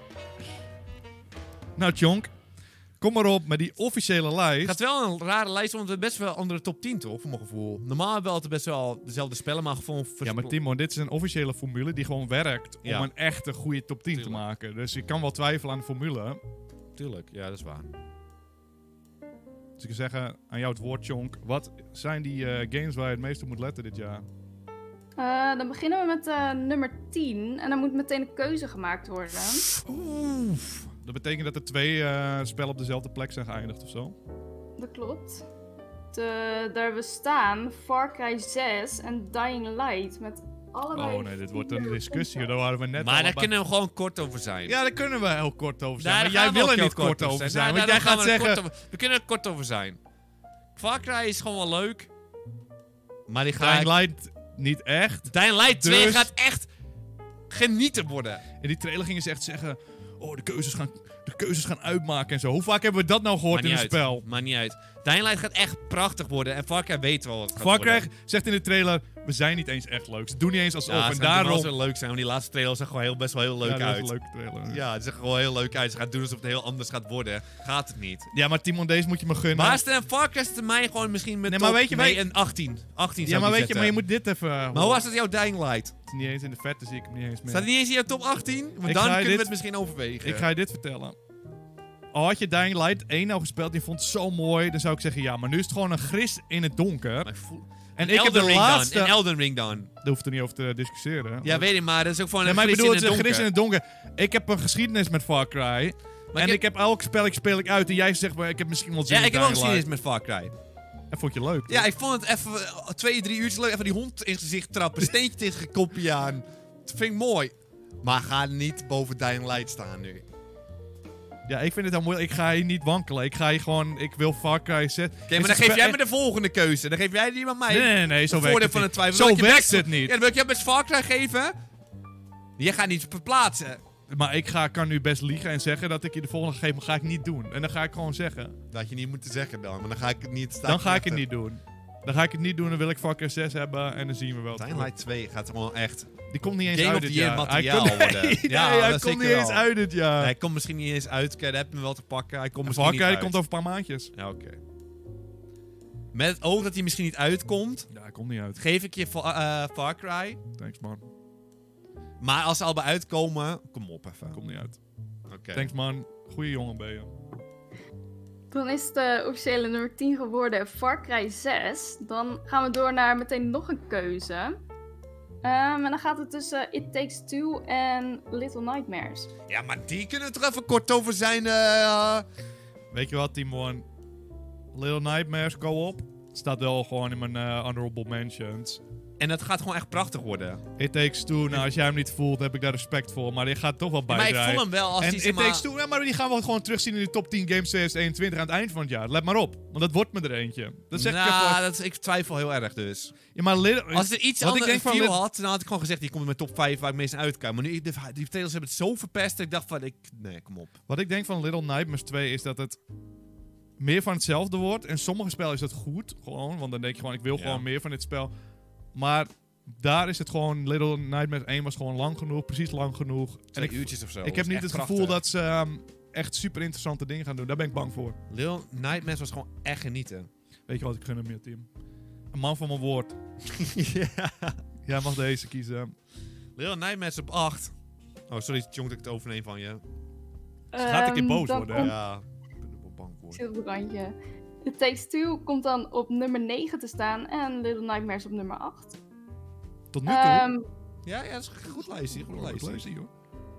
Nou, Tjonk. Kom maar op met die officiële Het lijst. gaat wel een rare lijst, want we hebben best wel andere top tien, toch? Voor mijn gevoel. Normaal hebben we altijd best wel dezelfde spellen, maar gewoon... Ja, maar Timo, dit is een officiële formule die gewoon werkt Ja. om een echte goede top tien te Tuurlijk. maken. Dus je kan wel twijfelen aan de formule. Tuurlijk, ja, dat is waar. Dus ik zou zeggen, aan jou het woord, Tjonk. Wat zijn die eh, games waar je het meest op moet letten dit jaar? Eh, dan beginnen we met eh, nummer tien. En dan moet meteen een keuze gemaakt worden. Oeh. Dat betekent dat er twee eh, spellen op dezelfde plek zijn geëindigd of zo? Dat klopt. De, daar hebben we staan Far Cry zes en Dying Light. Met allebei Oh nee, dit wordt een vier discussie. punten. Daar waren we net Maar daar allebei- kunnen we gewoon kort over zijn. Ja, daar kunnen we heel kort over zijn. Daar maar gaan jij we wil ook er heel niet kort over zijn. Nou, want jij daarom gaan gaat we er zeggen... kort over- we kunnen er kort over zijn. Far Cry is gewoon wel leuk. Maar die Dying gaat... Light niet echt. Dying Light twee Dus- gaat echt genieten worden. In die trailer gingen ze echt zeggen... Oh, de keuzes gaan, de keuzes gaan uitmaken en zo. Hoe vaak hebben we dat nou gehoord Maakt in niet een uit. spel? Maakt niet uit. Dying Light gaat echt prachtig worden. En Far Cry weet wel wat het gaat Far worden. Cry zegt in de trailer... We zijn niet eens echt leuk. Ze doen niet eens alsof. Ja, en het gaat wel daarom... zo leuk zijn, want die laatste trailer zag gewoon heel, best wel heel leuk ja, dat is uit. een leuke trailer. Ja, het ziet er gewoon heel leuk uit. Ze gaat doen alsof het heel anders gaat worden. Gaat het niet. Ja, maar Timon, deze moet je me gunnen. Maar is er een Far Cry termijn gewoon misschien met Nee, maar top- weet je, nee, weet- een achttien. achttien ja, zou maar ik weet je, zetten. maar je moet dit even... Maar hoe was het jouw Dying Light? Het is niet eens in de verte, zie ik hem niet eens meer. Staat het niet eens in jouw top achttien? Want Ik dan ga je kunnen we dit- het misschien overwegen. Ik ga je dit vertellen. Al had je Dying Light één nou gespeeld en je vond het zo mooi, dan zou ik zeggen ja. Maar nu is het gewoon een gris in het donker. Maar ik voel... En Een ik heb Elden de Ring laatste... dan. Een Elden Ring dan. Daar hoeft er niet over te discussiëren. Ja, weet ik, maar dat is ook gewoon Nee, een maar ik gris bedoel, in het is het een gris in donker. het donker. Ik heb een geschiedenis met Far Cry. en ik ik heb- heb, elk spelletje speel ik uit. En jij zegt, maar ik heb misschien wel zin Ja, in ik heb ook Dying geschiedenis Light. met Far Cry. Dat vond je leuk, Ja, toch? ik vond het even eh, twee, drie uurtjes leuk. Even die hond in zijn gezicht trappen. Steentje tegen een kopje aan. Dat vind ik mooi. Maar ga niet boven Dying Light staan nu. Ja, ik vind het dan moeilijk. Ik ga hier niet wankelen. Ik ga hier gewoon... Ik wil Far Cry zetten. Oké, maar dan geef jij me de volgende keuze. Dan geef jij die aan mij. Nee, nee, nee, nee, zo Het werkt voordeel het van niet. de twijfel. Zo Dan wil ik je werkt best- het niet. Ja, dan wil ik je best Far Cry geven. Jij gaat niet verplaatsen. Maar ik ga, kan nu best liegen en zeggen dat ik je de volgende geef, maar ga ik niet doen. En dan ga ik gewoon zeggen. Dat had je niet moeten zeggen dan. Maar dan ga ik het niet staan. Dan ga ik het niet doen. Dan ga ik het niet doen, dan wil ik Far Cry zes hebben en dan zien we wel. Dying Light twee gaat gewoon echt... Die komt niet eens Game uit of dit the Year jaar. materiaal Hij komt- worden. Nee, Ja, nee, hij dat komt niet zeker eens wel. uit dit jaar. Hij komt misschien niet eens uit. Kijk, daar heb je me wel te pakken. Hij komt En misschien Far niet Cry uit. komt over een paar maandjes. Ja, oké. Met het oog dat hij misschien niet uitkomt, Ja, hij komt niet uit. geef ik je Fa- eh, Far Cry. Thanks man. Maar als ze al bij uitkomen, kom op even. Komt niet uit. Oké. Thanks man. Goeie jongen ben je. Dan is de officiële nummer tien geworden Far Cry zes. Dan gaan we door naar meteen nog een keuze. Um, en dan gaat het tussen It Takes Two en Little Nightmares. Ja, maar die kunnen we toch even kort over zijn. Uh... Weet je wat, Timon? Little Nightmares co-op staat wel gewoon in mijn uh, honorable mentions. En dat gaat gewoon echt prachtig worden. It Takes Two, nou als jij hem niet voelt, heb ik daar respect voor. Maar die gaat toch wel bij. Maar ik voel hem wel als en die It zeg maar... Takes Two, nou, maar die gaan we gewoon terugzien in de top tien games twintig eenentwintig aan het eind van het jaar. Let maar op, want dat wordt me er eentje. Dat zeg nou, ik even. dat is, ik twijfel heel erg dus. Ja, maar Little, Als er iets wat anders ik denk van feel Little- had, dan had ik gewoon gezegd, die komt in mijn top vijf waar ik meest naar uitkijk. Maar nu, die, die trailers hebben het zo verpest, dat ik dacht van, ik, nee, kom op. Wat ik denk van Little Nightmares twee is dat het meer van hetzelfde wordt. En sommige spellen is dat goed, gewoon. Want dan denk je gewoon, ik wil Ja. gewoon meer van dit spel. Maar daar is het gewoon, Little Nightmares één was gewoon lang genoeg, precies lang genoeg. En Twee ik, uurtjes of zo. ik Dat heb is niet echt het gevoel prachtig. dat ze ehm, echt super interessante dingen gaan doen. Daar ben ik bang voor. Little Nightmares was gewoon echt genieten. Weet je wat, ik gun hem je, team. Een man van mijn woord. ja. Jij mag deze kiezen. Little Nightmares op acht. Oh, sorry, Tjong, dat ik het overneem van je. Ze gaat een keer Ehm, boos dan worden, hè? komt- Ja, ik ben er wel bang voor. Ik zit op het randje. It Takes Two komt dan op nummer negen te staan en Little Nightmares op nummer acht. Tot nu toe. Ehm, Ja, ja, dat is een goed lijstje. Goed Oh, lijstje. lijstje, joh.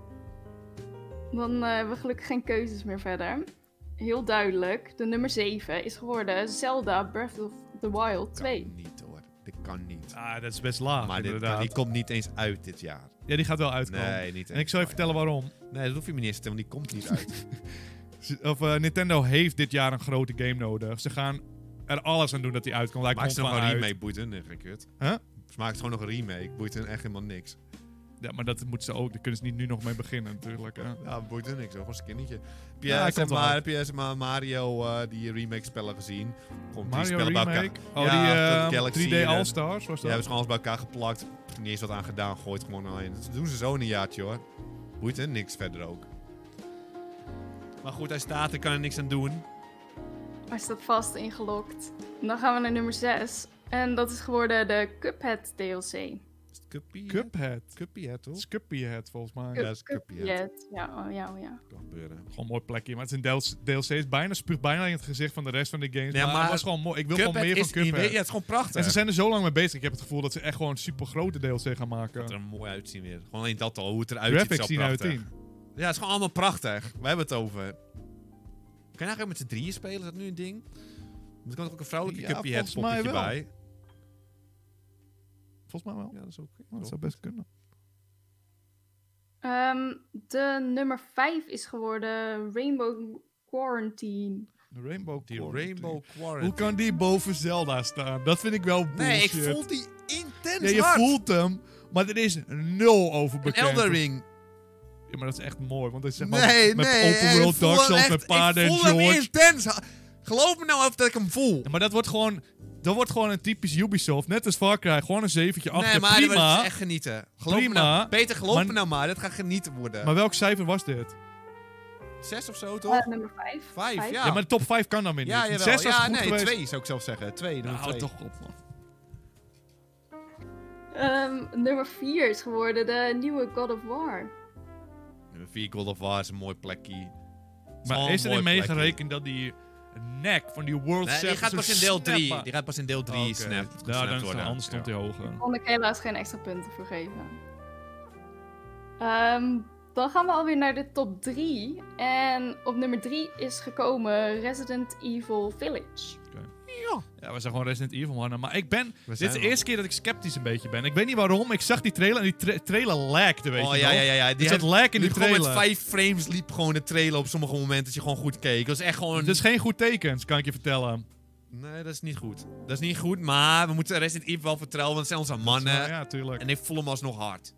dan uh, hebben we gelukkig geen keuzes meer verder. Heel duidelijk, de nummer zeven is geworden Zelda Breath of the Wild twee. Kan niet hoor. Dit kan niet. Ah, dat is best laag, maar dit kan, inderdaad. die komt niet eens uit dit jaar. Ja, die gaat wel uitkomen. Nee, niet eens. En ik zal je vertellen waarom. Nee, dat hoef je me niet eens te vertellen, want die komt niet uit. Of, uh, Nintendo heeft dit jaar een grote game nodig. Ze gaan er alles aan doen dat die uitkomt. Lijkt Maak me ze nog gewoon een uit. remake, boeit hun nee, geen kut. Huh? Ze maken gewoon nog een remake, boeit hun echt helemaal niks. Ja, maar dat moeten ze ook. Daar kunnen ze niet nu nog mee beginnen natuurlijk. Hè? Ja, boeit hun niks, hoor. Gewoon een skinnetje. Heb je, Ja, hij zeg komt wel maar, uit. heb je zeg maar, Mario, uh, die remake spellen gezien? Gewoon drie Mario spellen bij elkaar. Remake. Oh, Ja, die tot uh, Galaxy, drie D eh, All-Stars was Ja, dat? hebben ze gewoon alles bij elkaar geplakt. Niet eens wat aan gedaan, gooit gewoon alleen. Dat doen ze zo in een jaartje hoor. Boeit hun niks verder ook. Maar goed, hij staat, ik kan er niks aan doen. Hij staat vast ingelokt. En dan gaan we naar nummer zes. En dat is geworden de Cuphead D L C. Is het Cuphead? Cuphead. Cuphead, Het toch? is Cuphead volgens mij. Ja, dat is Cuphead. Cuphead. Ja, oh ja, oh ja. Kan gebeuren. Gewoon een mooi plekje. Maar het is een D L C. is bijna, spuugt bijna in het gezicht van de rest van de games. Ja, maar, maar het was gewoon mooi. Ik wil Cuphead gewoon meer is van niet- Cuphead. Ja, het is gewoon prachtig. En ze zijn er zo lang mee bezig. Ik heb het gevoel dat ze echt gewoon een super grote D L C gaan maken. Het er mooi uitzien weer. Gewoon alleen dat al, hoe het eruit ziet. Graphics is zien al uit prachtig. tien. Ja, het is gewoon allemaal prachtig. We hebben het over. Kan je eigenlijk met z'n drieën spelen? Is dat nu een ding? Er kan toch ook een vrouwelijke Ja, Cuphead volgens mij poppetje wel. bij? Volgens mij wel. Ja, dat is ook. Oh, dat zou best kunnen. Ehm, de nummer vijf is geworden Rainbow Quarantine. De Rainbow Die Quarantine. Rainbow Quarantine. Hoe kan die boven Zelda staan? Dat vind ik wel bullshit. Nee, ik voel die intens Ja, je hard. voelt hem, maar er is nul over Een bekend. Elden Ring. Ja, maar dat is echt mooi, want het is zeg maar Nee, met nee. open ik world voel Dark hem Souls echt- met paarden en Ik voel hem George. intens. Ha- Geloof me nou even dat ik hem voel. Ja, maar dat wordt gewoon, dat wordt gewoon een typisch Ubisoft, net als Far Cry, gewoon een zeventje achter. Nee, maar dat Prima. is echt genieten. Geloof Prima, me nou. Peter, geloof maar- me nou maar. Dat gaat genieten worden. Maar welk cijfer was dit? Zes of zo, toch? Uh, nummer vijf. Vijf, ja. Ja, maar de top vijf kan dan weer niet. Ja, Een jawel. Zes was ja, goed nee, geweest. twee zou ik zelf zeggen. Twee, nummer Nou, twee. toch op, man. Ehm, nummer vier is geworden de nieuwe God of War. Nummer vier, God of War is een mooi plekje. Maar is erin meegerekend dat die nek van die World Nee, die Seven gaat zo pas in deel drie. snappen? Die gaat pas in deel drie Oké. snap. Ja, gesnapt dan is worden. het anders stond Ja. hij hoger. Daar kon ik helaas geen extra punten voor geven. Ehm, dan gaan we alweer naar de top drie. En op nummer drie is gekomen Resident Evil Village. Ja. Ja, we zijn gewoon Resident Evil mannen. Maar ik ben... We Dit zijn is de wel. eerste keer dat ik sceptisch een beetje ben. Ik weet niet waarom. Ik zag die trailer en die tra trailer lagde, weet Oh je ja, nog? ja, ja, ja. Die Die zat had- lag in die liep gewoon met trailer. vijf frames liep gewoon de trailer op sommige momenten dat je gewoon goed keek. Dat is echt gewoon... Het is geen goed teken, kan ik je vertellen. Nee, dat is niet goed. Dat is niet goed, maar we moeten Resident Evil wel vertrouwen, want het zijn onze mannen. Ja, ja, tuurlijk. En ik voel hem alsnog hard.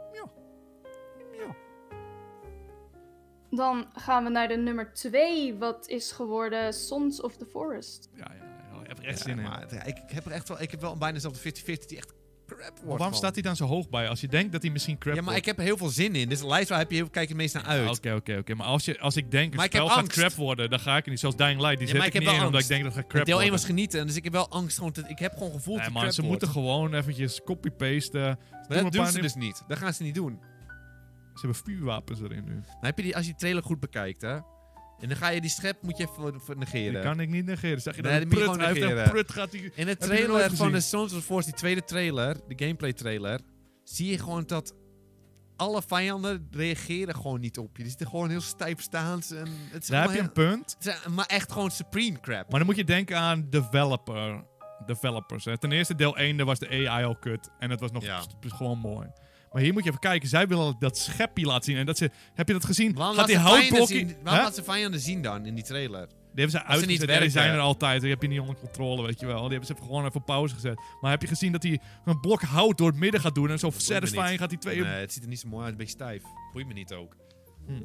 Dan gaan we naar de nummer twee, wat is geworden Sons of the Forest. Ja, ja, ja, ik heb er echt Ja, zin in. maar het- ik, ik heb er echt wel, ik heb wel bijna dezelfde vijftig vijftig die echt crap wordt. Maar waarom gewoon. staat hij dan zo hoog bij? Als je denkt dat hij misschien crap Ja, maar ik wordt. heb er heel veel zin in. Dus de lijst waar heb je heel, kijk je het meest naar uit. Oké, oké, oké. Maar als, je, als ik denk, Maar het ik heb spel gaat angst. crap worden, dan ga ik er niet. Zoals Dying Light, die Ja, zet maar ik ik heb niet in wel omdat ik angst. denk dat het gaat crap Deel één worden. was genieten, dus ik heb wel angst gewoon. Te, ik heb gewoon gevoeld Nee, dat man, het ze crap moeten wordt. gewoon eventjes copy-pasten. Maar Doe dat een doen paar ze nieuw- dus niet. Dat gaan ze niet doen. Ze hebben vuurwapens erin nu. Dan heb je die, als je die trailer goed bekijkt, hè. En dan ga je die schep moet je even voor negeren. Die kan ik niet negeren. Zeg je Nee, dat die een moet je prut, gewoon hij heeft een negeren. prut gaat hij... In de Heb je dat nooit trailer van gezien? de Sons of Force, die tweede trailer, de gameplay trailer, zie je gewoon dat alle vijanden reageren gewoon niet op je. Die zitten gewoon heel stijf staan. En het is Daar heb je gewoon een punt. heel- het is- maar echt gewoon supreme crap. Maar dan moet je denken aan developer, developers. Hè. Ten eerste deel één, daar was de A I al kut. En dat was nog Ja. s- gewoon mooi. Maar hier moet je even kijken. Zij willen dat schepje laten zien. En dat ze, heb je dat gezien? Waarom Gaat laat die ze vijanden houtblokje... zien- waarom Hè? laat ze vijanden zien dan in die trailer? Die hebben ze Als ze niet uitgezet. Ja, die zijn werken. er altijd. Die heb je niet onder controle, weet je wel. Die hebben ze even gewoon even op pauze gezet. Maar heb je gezien dat hij een blok hout door het midden gaat doen? En zo me satisfying niet. gaat die twee... Nee, het ziet er niet zo mooi uit. Een beetje stijf. Boeit me niet ook. Nou,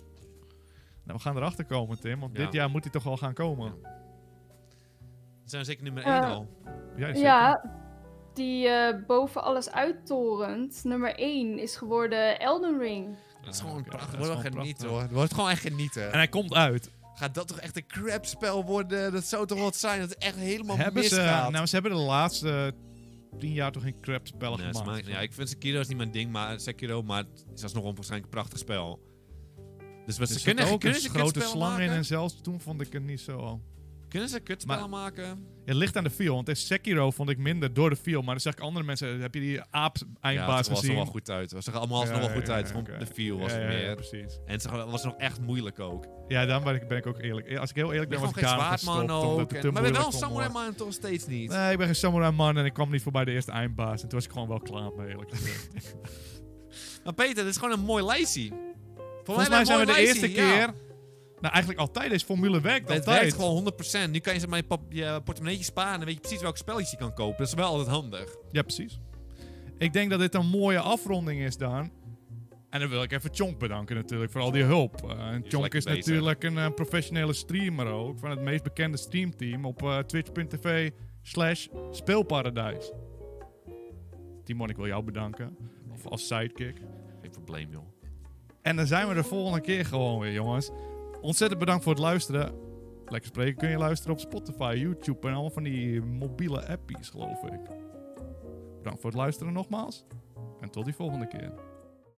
we gaan erachter komen, Tim. Want Ja. dit jaar moet hij toch wel gaan komen. We zijn zeker nummer Eh, één al. Ja, zeker. Ja, die eh, boven alles uittorent, nummer één, is geworden Elden Ring. Dat is Ja, gewoon oké, prachtig. dat Het is wordt wel gewoon genieten prachtig. hoor. Het wordt gewoon echt genieten. En hij komt uit. Gaat dat toch echt een crap spel worden? Dat zou toch wat zijn? Dat het echt helemaal Hebben ze, misgaat? nou, ze hebben de laatste tien jaar toch geen crap spellen Nee, ze gemaakt. maken- ja, ik vind Sekiro is niet mijn ding, maar Sekiro, maar het is alsnog een waarschijnlijk een prachtig spel. Dus wat Er ze zit kunnen, ook kunnen een ze grote kutspel slang in maken? en zelfs toen vond ik het niet zo... Kunnen ze een kutspel Maar- maken? Het ligt aan de feel, want in Sekiro vond ik minder door de feel. Maar dan zeg ik andere mensen, heb je die aap Ja, eindbaas het was er gezien? wel goed uit. Het zag allemaal alsnog wel goed uit. Vond oké. De feel was Ja, het ja, ja, meer. precies. En het zag- was nog echt moeilijk ook. Ja, dan ben ik, ben ik ook eerlijk. Als ik heel eerlijk Ik ben, ben was ik gewoon geen daar zwaardman gestopt. Omdat ook. het En- te maar ik ben wel moeilijk een vond, samurai man toch steeds niet. Nee, ik ben geen samurai man en ik kwam niet voorbij de eerste eindbaas. En toen was ik gewoon wel klaar mee, eerlijk gezegd. Maar Peter, dit is gewoon een mooi lijstje. Volgens mij zijn we de eerste ja. keer... Nou, eigenlijk altijd. Deze formule werkt Het altijd. werkt gewoon honderd procent. Nu kan je zeg maar, je, pap- je portemonneetje sparen en dan weet je precies welke spelletjes je kan kopen. Dat is wel altijd handig. Ja, precies. Ik denk dat dit een mooie afronding is, Daan. En dan wil ik even Tjonk bedanken natuurlijk voor al die hulp. Uh, en is Tjonk lekker is bezig. natuurlijk een eh, professionele streamer ook. Van het meest bekende streamteam op uh, twitch.tv slash speelparadijs. Timon, ik wil jou bedanken. Of als sidekick. Geen probleem, joh. En dan zijn we de volgende keer gewoon weer, jongens. Ontzettend bedankt voor het luisteren. Lekker spreken kun je luisteren op Spotify, YouTube en allemaal van die mobiele appies, geloof ik. Bedankt voor het luisteren nogmaals. En tot die volgende keer.